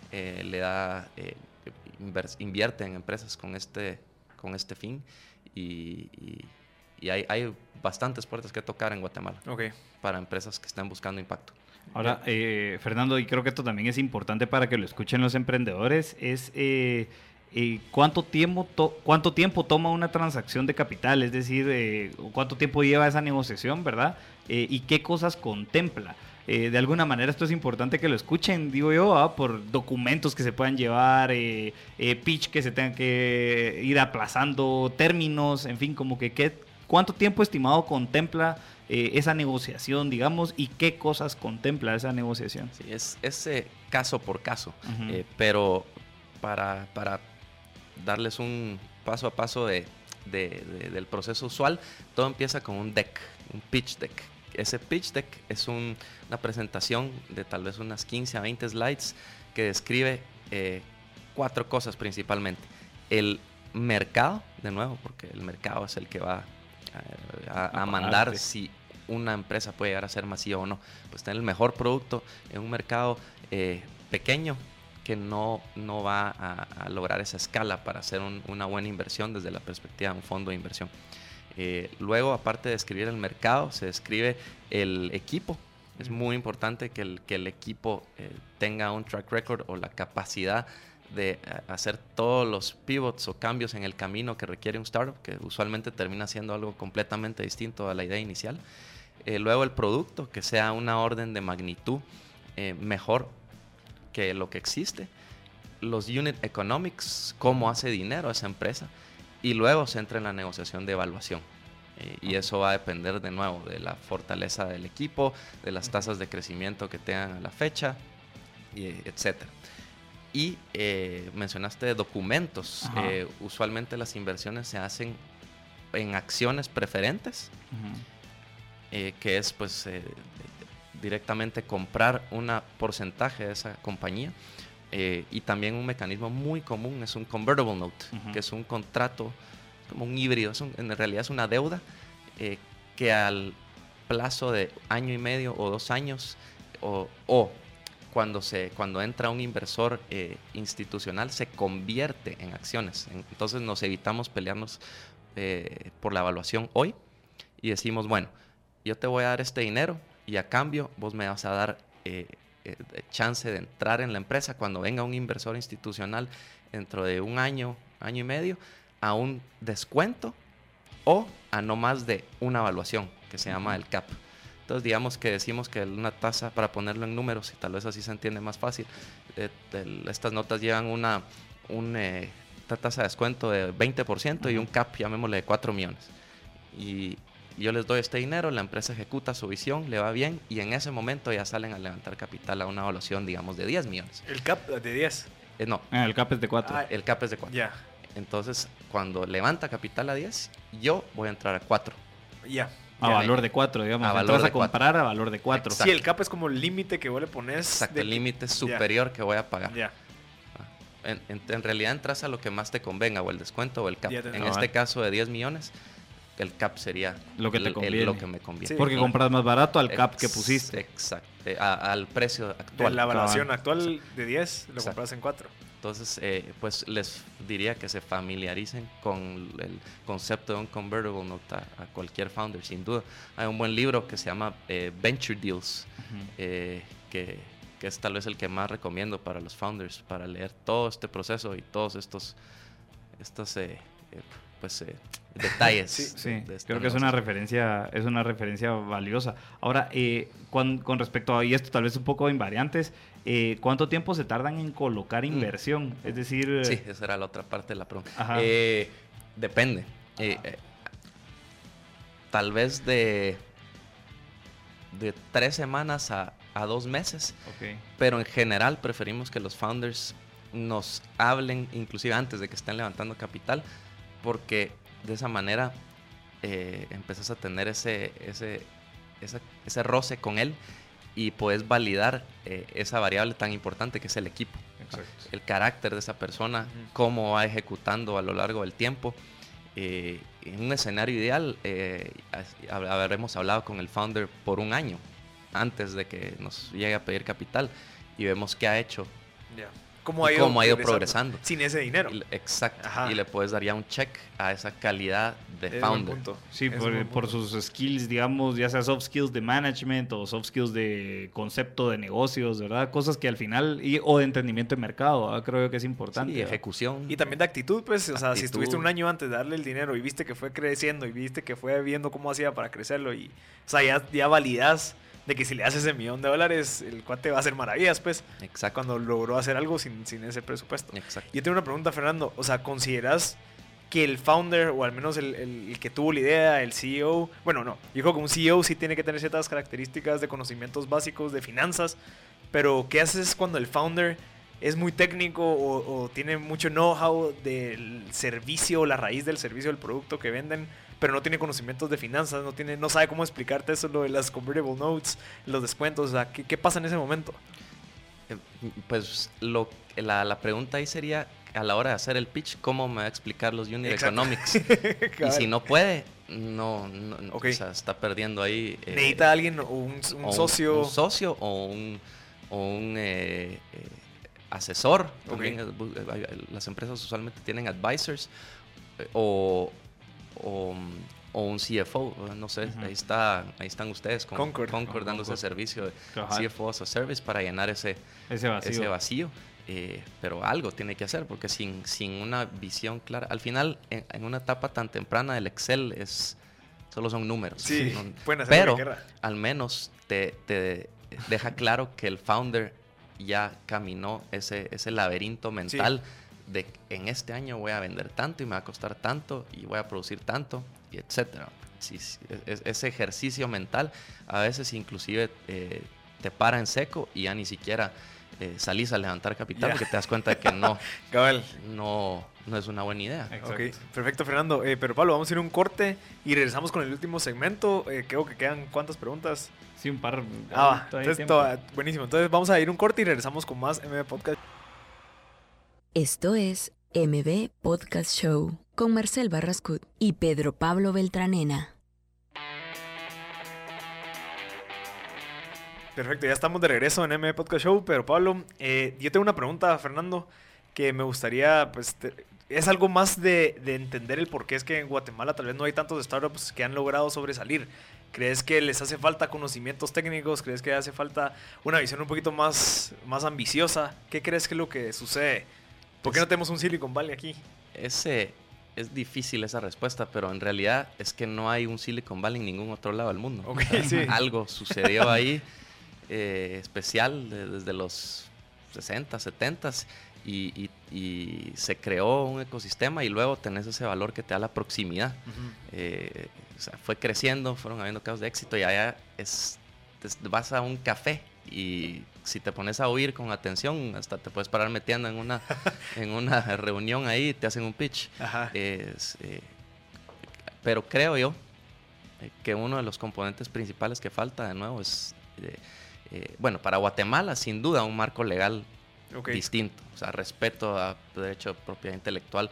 invierte en empresas con este fin. Y hay bastantes puertas que tocar en Guatemala para empresas que están buscando impacto. Ahora, Fernando, y creo que esto también es importante para que lo escuchen los emprendedores, es ¿cuánto tiempo toma una transacción de capital? Es decir, ¿cuánto tiempo lleva esa negociación, verdad? ¿Y qué cosas contempla? de alguna manera esto es importante que lo escuchen, digo yo, por documentos que se puedan llevar, pitch que se tengan que ir aplazando, términos, en fin, como que ¿cuánto tiempo estimado contempla esa negociación, digamos, y qué cosas contempla esa negociación? Sí, es caso por caso, pero para darles un paso a paso del proceso usual, todo empieza con un deck, un pitch deck. Ese pitch deck es una presentación de tal vez unas 15 a 20 slides que describe 4 cosas principalmente. El mercado, de nuevo, porque el mercado es el que va a mandar si una empresa puede llegar a ser masiva o no. Pues tener el mejor producto en un mercado pequeño que no va a lograr esa escala para hacer una buena inversión desde la perspectiva de un fondo de inversión. Luego, aparte de describir el mercado, se describe el equipo. Es muy importante que el equipo tenga un track record o la capacidad de hacer todos los pivots o cambios en el camino que requiere un startup, que usualmente termina siendo algo completamente distinto a la idea inicial. Luego el producto, que sea una orden de magnitud mejor que lo que existe. Los unit economics, cómo hace dinero esa empresa. Y luego se entra en la negociación de evaluación. Y eso va a depender de nuevo de la fortaleza del equipo, de las tasas de crecimiento que tengan a la fecha, etcétera. Y mencionaste documentos. Usualmente las inversiones se hacen en acciones preferentes, que es pues directamente comprar un porcentaje de esa compañía. Y también un mecanismo muy común es un convertible note, que es un contrato como un híbrido, en realidad es una deuda que al plazo de año y medio o 2 años o cuando entra un inversor institucional se convierte en acciones. Entonces nos evitamos pelearnos por la evaluación hoy y decimos, bueno, yo te voy a dar este dinero y a cambio vos me vas a dar chance de entrar en la empresa cuando venga un inversor institucional dentro de un año, año y medio, a un descuento o a no más de una evaluación que se llama el CAP. Entonces digamos que decimos que una tasa, para ponerlo en números y tal vez así se entiende más fácil, estas notas llevan una tasa de descuento de 20% y un CAP, llamémosle, de 4 millones. Y yo les doy este dinero, la empresa ejecuta su visión, le va bien y en ese momento ya salen a levantar capital a una evaluación, digamos, de 10 millones. ¿El CAP de 10? No. El CAP es de 4. El CAP es de 4. Ya. Entonces, cuando levanta capital a 10, yo voy a entrar a 4. Ya. A valor de 4, digamos. Entras a comprar a valor de 4. Sí, el CAP es como el límite que vos le pones. Exacto, el límite superior que voy a pagar. Ya. En realidad entras a lo que más te convenga, o el descuento o el CAP. En este caso de 10 millones, el CAP sería lo que te conviene. Lo que me conviene. Sí, porque compras más barato al CAP que pusiste. Exacto, al precio actual. De la evaluación actual de 10, lo compras en 4. Entonces, pues les diría que se familiaricen con el concepto de un convertible note a cualquier founder, sin duda. Hay un buen libro que se llama Venture Deals, que es tal vez el que más recomiendo para los founders, para leer todo este proceso y todos estos detalles. Sí, creo que es una referencia valiosa. Ahora, con respecto a, y esto tal vez un poco invariantes, ¿cuánto tiempo se tardan en colocar inversión? Es decir... Sí, esa era la otra parte de la pregunta. Depende. Tal vez de 3 semanas a 2 meses. Okay. Pero en general preferimos que los founders nos hablen inclusive antes de que estén levantando capital, porque de esa manera empezás a tener ese roce con él y puedes validar esa variable tan importante que es el equipo. Exacto. El carácter de esa persona, cómo va ejecutando a lo largo del tiempo. En un escenario ideal, habremos hablado con el founder por 1 año antes de que nos llegue a pedir capital y vemos qué ha hecho. Yeah. ¿Cómo ha ido progresando? Sin ese dinero. Exacto. Ajá. Y le puedes dar ya un check a esa calidad de founder. Sí, por sus skills, digamos, ya sea soft skills de management o soft skills de concepto de negocios, ¿verdad? Cosas que al final, o de entendimiento de mercado, ¿verdad? Creo que es importante. Sí, ejecución. Y también de actitud, pues, o sea, si estuviste 1 año antes de darle el dinero y viste que fue creciendo y viste que fue viendo cómo hacía para crecerlo y, o sea, ya validas de que si le haces $1 millón, el cuate va a hacer maravillas, pues. Exacto. Cuando logró hacer algo sin ese presupuesto. Exacto. Yo tengo una pregunta, Fernando. O sea, ¿consideras que el founder, o al menos el que tuvo la idea, el CEO, bueno, no, yo creo que un CEO sí tiene que tener ciertas características de conocimientos básicos de finanzas, pero ¿qué haces cuando el founder es muy técnico o tiene mucho know-how del servicio, la raíz del servicio, del producto que venden, pero no tiene conocimientos de finanzas, no sabe cómo explicarte eso, lo de las convertible notes, los descuentos? O sea, ¿qué pasa en ese momento? Pues la pregunta ahí sería, a la hora de hacer el pitch, ¿cómo me va a explicar los unit economics? Y si no puede, no Okay. o sea, está perdiendo ahí. ¿Necesita alguien o un socio? Un socio o un asesor. Okay. También las empresas usualmente tienen advisors o un CFO, no sé, ahí están ustedes con Concord dándose servicio de CFO as a Service para llenar ese vacío. Pero algo tiene que hacer, porque sin una visión clara, al final en una etapa tan temprana del Excel solo son números. Sí, pueden hacer pero lo que quieran. Al menos te deja claro que el founder ya caminó ese laberinto mental de en este año voy a vender tanto y me va a costar tanto y voy a producir tanto, y etcétera. Ese ejercicio mental a veces inclusive te para en seco y ya ni siquiera salís a levantar capital porque te das cuenta de que no es una buena idea. Ok, perfecto, Fernando. Pero Pablo, vamos a ir a un corte y regresamos con el último segmento. Creo que quedan ¿cuántas preguntas? Sí, un par. Entonces, buenísimo. Entonces vamos a ir a un corte y regresamos con más MB Podcast. Esto es MB Podcast Show con Marcel Barrascut y Pedro Pablo Beltranena. Perfecto, ya estamos de regreso en MB Podcast Show, pero Pablo, yo tengo una pregunta, Fernando, que me gustaría, pues, es algo más de entender el por qué es que en Guatemala tal vez no hay tantos startups que han logrado sobresalir. ¿Crees que les hace falta conocimientos técnicos? ¿Crees que hace falta una visión un poquito más ambiciosa? ¿Qué crees que es lo que sucede? ¿Por qué no tenemos un Silicon Valley aquí? Es difícil esa respuesta, pero en realidad es que no hay un Silicon Valley en ningún otro lado del mundo. Okay, sí. Algo sucedió ahí especial desde los 60, 70 y se creó un ecosistema y luego tenés ese valor que te da la proximidad. O sea, fue creciendo, fueron habiendo casos de éxito y allá vas a un café y si te pones a oír con atención, hasta te puedes parar metiendo en una reunión ahí y te hacen un pitch. Pero creo yo que uno de los componentes principales que falta, de nuevo, es, bueno, para Guatemala, sin duda, un marco legal distinto. O sea, respeto a derecho de propiedad intelectual,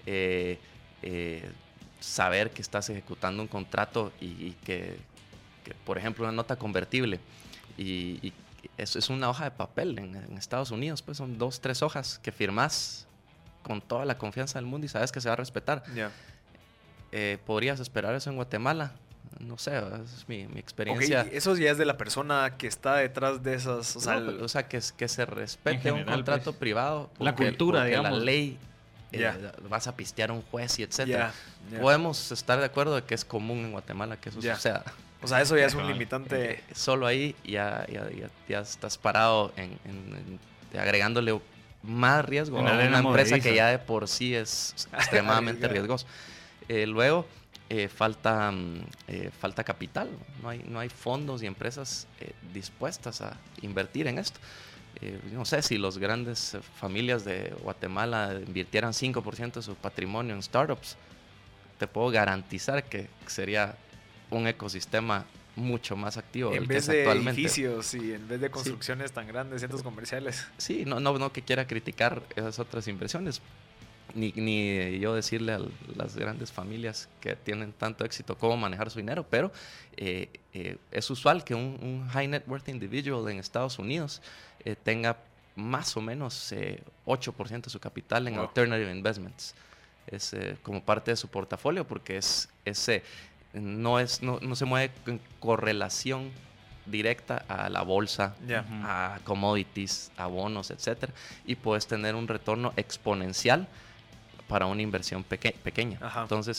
saber que estás ejecutando un contrato y que por ejemplo, una nota convertible y eso es una hoja de papel en Estados Unidos, pues son 2, 3 hojas que firmás con toda la confianza del mundo y sabes que se va a respetar. ¿Podrías esperar eso en Guatemala? No sé, es mi experiencia. Eso ya es de la persona que está detrás de esas... O sea, que se respete general, un contrato privado. La cultura, digamos. La ley, vas a pistear a un juez y etcétera. Podemos estar de acuerdo de que es común en Guatemala que eso suceda. O sea, eso ya es un limitante. Solo ahí ya estás parado agregándole más riesgo a una empresa que ya de por sí es extremadamente riesgosa. Luego, falta capital. No hay fondos y empresas dispuestas a invertir en esto. No sé si las grandes familias de Guatemala invirtieran 5% de su patrimonio en startups. Te puedo garantizar que sería un ecosistema mucho más activo en vez de edificios y en vez de construcciones tan grandes, centros comerciales. Sí, no que quiera criticar esas otras inversiones, ni yo decirle a las grandes familias que tienen tanto éxito cómo manejar su dinero, pero es usual que un high net worth individual en Estados Unidos tenga más o menos 8% de su capital en alternative investments. Es como parte de su portafolio porque no se mueve en correlación directa a la bolsa, a commodities, a bonos, etcétera, y puedes tener un retorno exponencial para una inversión pequeña. Entonces,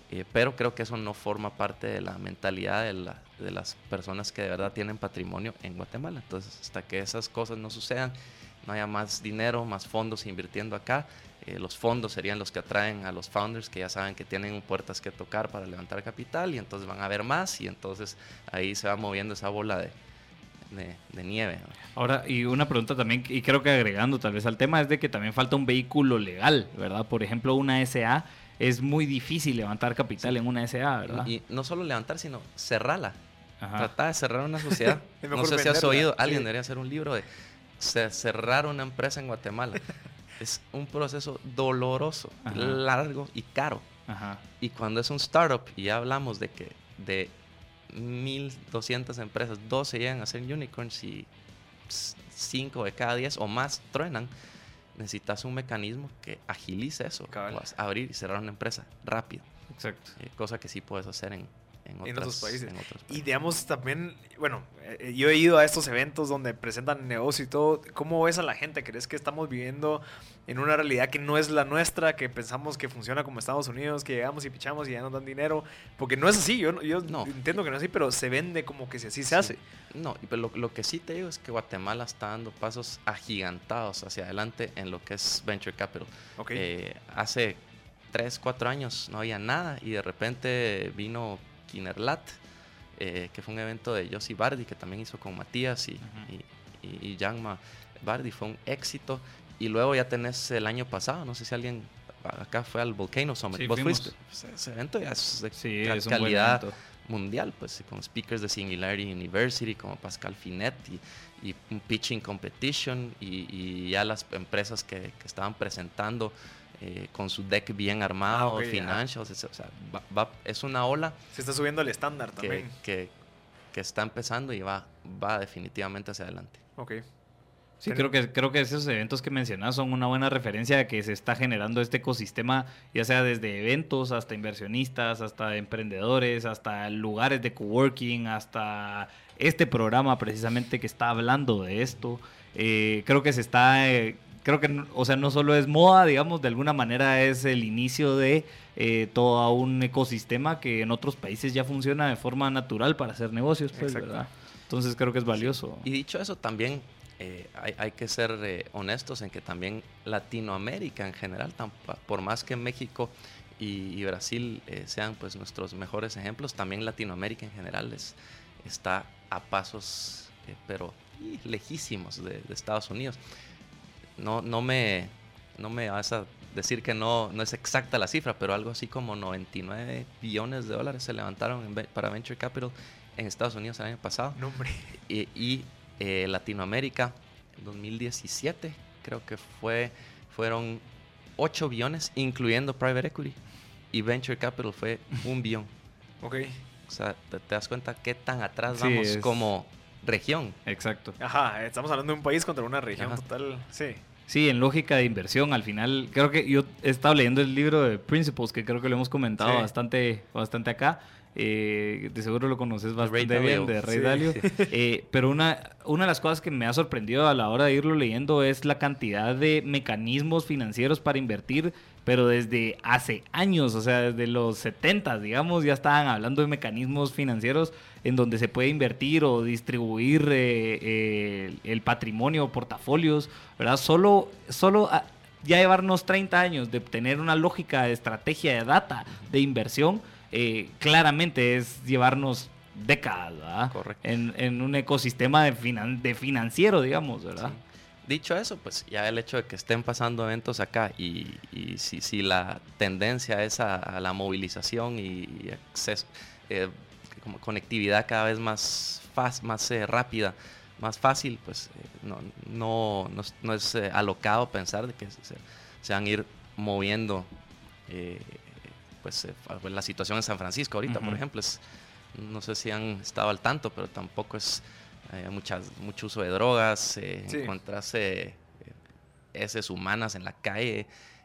pero creo que eso no forma parte de la mentalidad de las personas que de verdad tienen patrimonio en Guatemala. Entonces, hasta que esas cosas no sucedan, no haya más dinero, más fondos invirtiendo acá, los fondos serían los que atraen a los founders que ya saben que tienen puertas que tocar para levantar capital, y entonces van a haber más, y entonces ahí se va moviendo esa bola de nieve, ¿no? Ahora, y una pregunta también, y creo que agregando tal vez al tema, es de que también falta un vehículo legal, ¿verdad? Por ejemplo, una SA, es muy difícil levantar capital en una SA, ¿verdad? Y no solo levantar, sino cerrarla. Ajá. Tratar de cerrar una sociedad. No sé si has oído, alguien debería hacer un libro de cerrar una empresa en Guatemala. Es un proceso doloroso, Ajá. largo y caro. Ajá. Y cuando es un startup, y ya hablamos de que de 1,200 empresas, 12 llegan a ser unicorns y 5 de cada 10 o más truenan, necesitas un mecanismo que agilice eso. Puedas abrir y cerrar una empresa rápido. Exacto. Cosa que sí puedes hacer en otros países. En otros países. Y digamos también, bueno, yo he ido a estos eventos donde presentan negocio y todo. ¿Cómo ves a la gente? ¿Crees que estamos viviendo en una realidad que no es la nuestra, que pensamos que funciona como Estados Unidos, que llegamos y pichamos y ya nos dan dinero? Porque no es así, yo no entiendo que no es así, pero se vende como que si así se hace. No, pero lo que sí te digo es que Guatemala está dando pasos agigantados hacia adelante en lo que es Venture Capital. Okay. Hace 3, 4 años no había nada, y de repente vino Kinerlat, que fue un evento de Yossi Bardi, que también hizo con Matías y Yanma Bardi. Fue un éxito. Y luego ya tenés el año pasado, no sé si alguien acá fue al Volcano Summit. Sí, ¿Vos fuimos. fuiste? Pues ese evento ya es de es un calidad buen evento mundial, pues, con speakers de Singularity University como Pascal Finet y un pitching competition, y ya las empresas que estaban presentando con su deck bien armado, financials, o sea, es una ola. Se está subiendo el estándar también. Que está empezando y va definitivamente hacia adelante. Ok. Sí, creo que esos eventos que mencionas son una buena referencia de que se está generando este ecosistema, ya sea desde eventos hasta inversionistas, hasta emprendedores, hasta lugares de coworking, hasta este programa precisamente que está hablando de esto. Creo que se está... creo que, o sea, no solo es moda, digamos, de alguna manera es el inicio de todo un ecosistema que en otros países ya funciona de forma natural para hacer negocios, pues, ¿verdad? Entonces creo que es valioso. Y dicho eso, también hay que ser honestos en que también Latinoamérica en general, por más que México y Brasil sean pues nuestros mejores ejemplos, también Latinoamérica en general está a pasos, pero lejísimos de Estados Unidos. No me vas a decir que no es exacta la cifra, pero algo así como 99 billones de dólares se levantaron para Venture Capital en Estados Unidos el año pasado. No, hombre. Y Latinoamérica, en 2017, creo que fueron 8 billones, incluyendo Private Equity. Y Venture Capital fue 1 billón. Ok. O sea, te das cuenta qué tan atrás vamos como región. Exacto. Ajá, estamos hablando de un país contra una región total. Sí. Sí, en lógica de inversión, al final, creo que yo he estado leyendo el libro de Principles, que creo que lo hemos comentado bastante acá. De seguro lo conoces bastante bien, de Ray Dalio. Pero una de las cosas que me ha sorprendido a la hora de irlo leyendo es la cantidad de mecanismos financieros para invertir, pero desde hace años, o sea, desde los 70, digamos, ya estaban hablando de mecanismos financieros en donde se puede invertir o distribuir el patrimonio o portafolios, ¿verdad? Solo ya llevarnos 30 años de tener una lógica de estrategia de data de inversión, claramente es llevarnos décadas, ¿verdad? Correcto. En un ecosistema de financiero, digamos, ¿verdad? Sí. Dicho eso, pues ya el hecho de que estén pasando eventos acá y si la tendencia es a la movilización y acceso, como conectividad cada vez más rápida, más fácil, pues no es alocado pensar de que se van a ir moviendo la situación en San Francisco ahorita, por ejemplo, no sé si han estado al tanto, pero tampoco es mucho uso de drogas, encontrás heces humanas en la calle,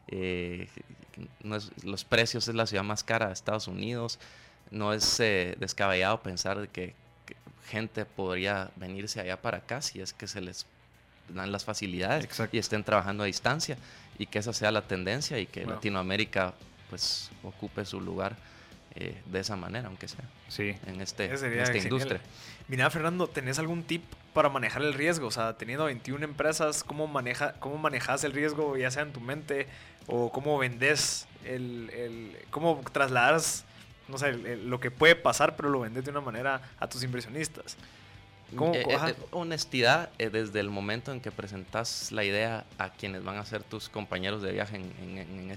los precios, es la ciudad más cara de Estados Unidos, no es descabellado pensar de que gente podría venirse allá para acá si es que se les dan las facilidades. Exacto. Y estén trabajando a distancia, y que esa sea la tendencia y que Latinoamérica pues ocupe su lugar de esa manera, aunque sea. Sí. En esta genial. industria. Mira, Fernando, ¿tenés algún tip para manejar el riesgo? O sea, teniendo 21 empresas, ¿cómo manejas el riesgo, ya sea en tu mente, o cómo vendes cómo trasladas, no sé, lo que puede pasar, pero lo vendes de una manera a tus inversionistas? Honestidad desde el momento en que presentas la idea a quienes van a ser tus compañeros de viaje en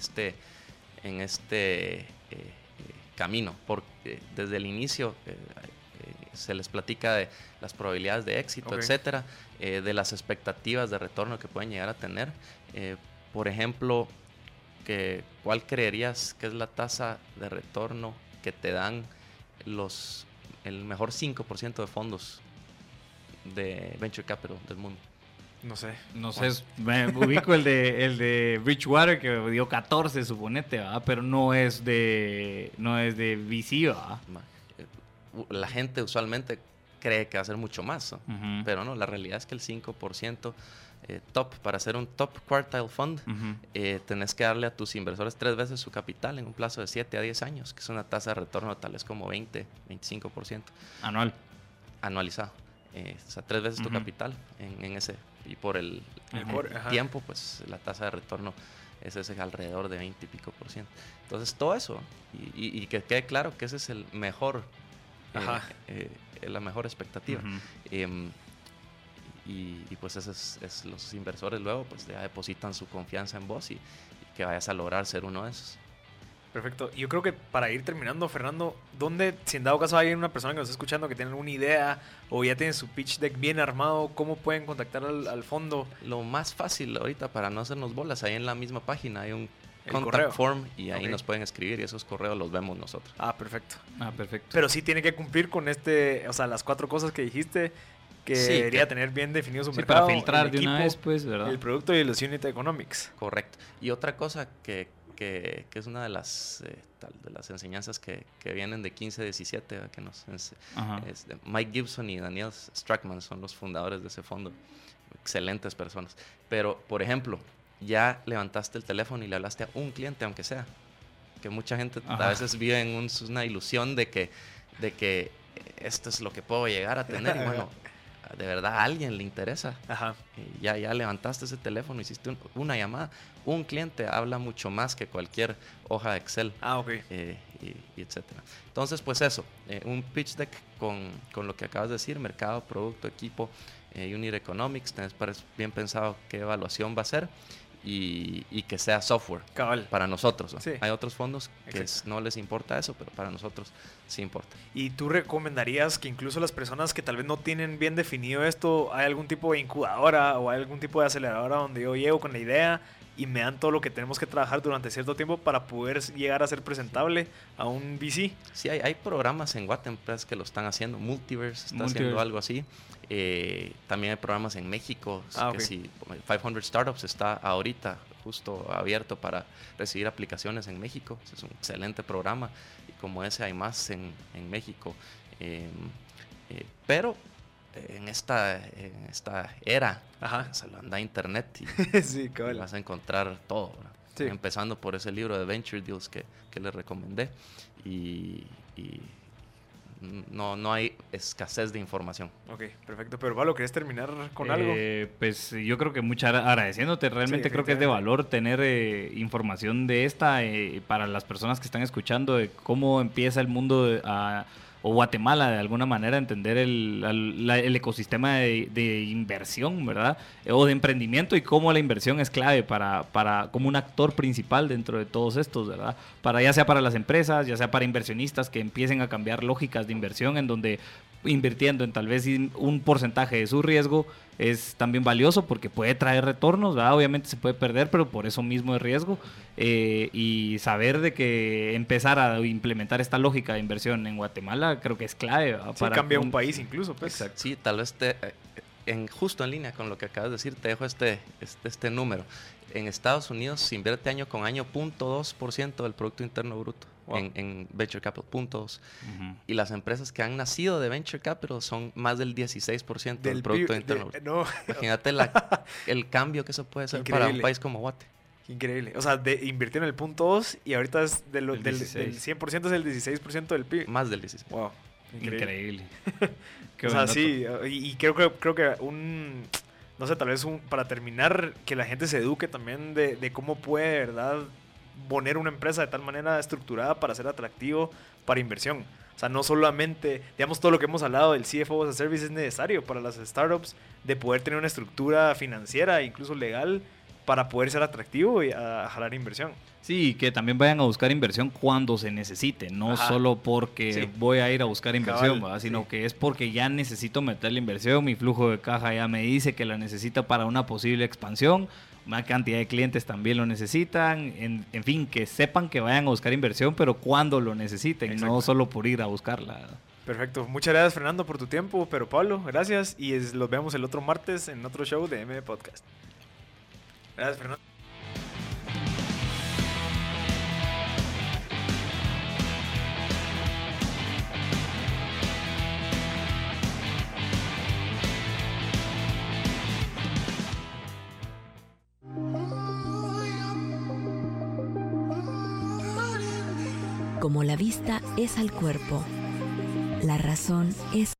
este camino, porque desde el inicio se les platica de las probabilidades de éxito, etcétera, de las expectativas de retorno que pueden llegar a tener. Por ejemplo, ¿cuál creerías que es la tasa de retorno que te dan el mejor 5% de fondos de Venture Capital del mundo? No sé, me ubico el de Bridgewater, que dio 14, suponete, ¿verdad? Pero no es de VC, ¿verdad? La gente usualmente cree que va a ser mucho más, ¿no? Uh-huh. Pero no, la realidad es que el 5% top, para ser un top quartile fund, uh-huh, tenés que darle a tus inversores 3 veces su capital en un plazo de 7 a 10 años, que es una tasa de retorno tal vez como 25% anualizado. O sea, 3 veces tu capital en ese, y por el tiempo, pues la tasa de retorno es ese alrededor de 20 y pico %. Entonces, todo eso, y que quede claro que ese es el mejor, la mejor expectativa. uh-huh. Y pues los inversores luego pues ya depositan su confianza en vos y que vayas a lograr ser uno de esos. Perfecto. Yo creo que para ir terminando, Fernando, ¿dónde, si en dado caso hay una persona que nos está escuchando que tiene alguna idea o ya tiene su pitch deck bien armado, cómo pueden contactar al fondo? Lo más fácil ahorita, para no hacernos bolas, ahí en la misma página hay un correo contact form y ahí nos pueden escribir y esos correos los vemos nosotros. Perfecto. Perfecto. Pero sí tiene que cumplir con o sea, las 4 cosas que dijiste, que debería tener bien definido su mercado, para filtrar el de equipo, una vez, pues, ¿verdad? el producto y los unit economics. Correcto. Y otra cosa que es una de las enseñanzas que vienen de 15-17, que Mike Gibson y Daniel Strackman son los fundadores de ese fondo. Excelentes personas. Pero, por ejemplo, ya levantaste el teléfono y le hablaste a un cliente, aunque sea. Que mucha gente a veces vive en una ilusión de que esto es lo que puedo llegar a tener. Y bueno, de verdad a alguien le interesa. Ya levantaste ese teléfono, hiciste una llamada. Un cliente habla mucho más que cualquier hoja de Excel. Y etcétera. Entonces, pues eso, un pitch deck con lo que acabas de decir: mercado, producto, equipo, unit economics. Tenés bien pensado qué evaluación va a ser y que sea software. Cabal. Para nosotros, ¿no? Sí. Hay otros fondos que no les importa eso, pero para nosotros sí importa. ¿Y tú recomendarías que incluso las personas que tal vez no tienen bien definido esto, hay algún tipo de incubadora o hay algún tipo de aceleradora donde yo llego con la idea y me dan todo lo que tenemos que trabajar durante cierto tiempo para poder llegar a ser presentable a un VC? Sí, hay programas en Guatemala que lo están haciendo. Multiverse está haciendo algo así. También hay programas en México. Que sí, 500 Startups está ahorita justo abierto para recibir aplicaciones en México. Es un excelente programa y como ese hay más en México. Pero en esta era se lo anda a internet y sí, vas a encontrar todo, sí. Empezando por ese libro de Venture Deals que les recomendé y no hay escasez de información. Ok, perfecto. Pero Pablo, ¿querés terminar con algo? Pues yo creo que agradeciéndote, realmente creo que es de valor tener información de esta para las personas que están escuchando, de cómo empieza el mundo o Guatemala de alguna manera entender el ecosistema de inversión, ¿verdad? O de emprendimiento y cómo la inversión es clave para como un actor principal dentro de todos estos, ¿verdad? Ya sea para las empresas, ya sea para inversionistas que empiecen a cambiar lógicas de inversión en donde invirtiendo en tal vez un porcentaje de su riesgo es también valioso porque puede traer retornos, ¿verdad? Obviamente se puede perder, pero por eso mismo es riesgo. Y saber de que empezar a implementar esta lógica de inversión en Guatemala creo que es clave, ¿verdad? Sí, cambia un país incluso, pues. Exacto. Sí, tal vez justo en línea con lo que acabas de decir, te dejo este número. En Estados Unidos se invierte año con año 0.2% del Producto Interno Bruto. Wow. En Venture Capital, 0.2. Uh-huh. Y las empresas que han nacido de Venture Capital son más del 16% del Producto Interno Bruto. No. Imagínate el cambio que eso puede ser. Increíble. Para un país como Guate. Increíble. O sea, invirtieron en el punto 2 y ahorita es del 100% es el 16% del PIB. Más del 16%. Wow. Increíble. O sea, sí. Y creo que no sé, tal vez para terminar, que la gente se eduque también de cómo puede, ¿verdad?, poner una empresa de tal manera estructurada para ser atractivo para inversión. O sea, no solamente, digamos, todo lo que hemos hablado del CFO as a Service es necesario para las startups de poder tener una estructura financiera, incluso legal, para poder ser atractivo y a jalar inversión. Sí, que también vayan a buscar inversión cuando se necesite, no solo porque voy a ir a buscar inversión, sino que es porque ya necesito meter la inversión, mi flujo de caja ya me dice que la necesita para una posible expansión, una cantidad de clientes también lo necesitan, en fin, que sepan que vayan a buscar inversión, pero cuando lo necesiten, no solo por ir a buscarla. Perfecto. Muchas gracias, Fernando, por tu tiempo, pero Pablo, gracias, y los vemos el otro martes en otro show de MB Podcast. Gracias, Fernando. Como la vista es al cuerpo, la razón es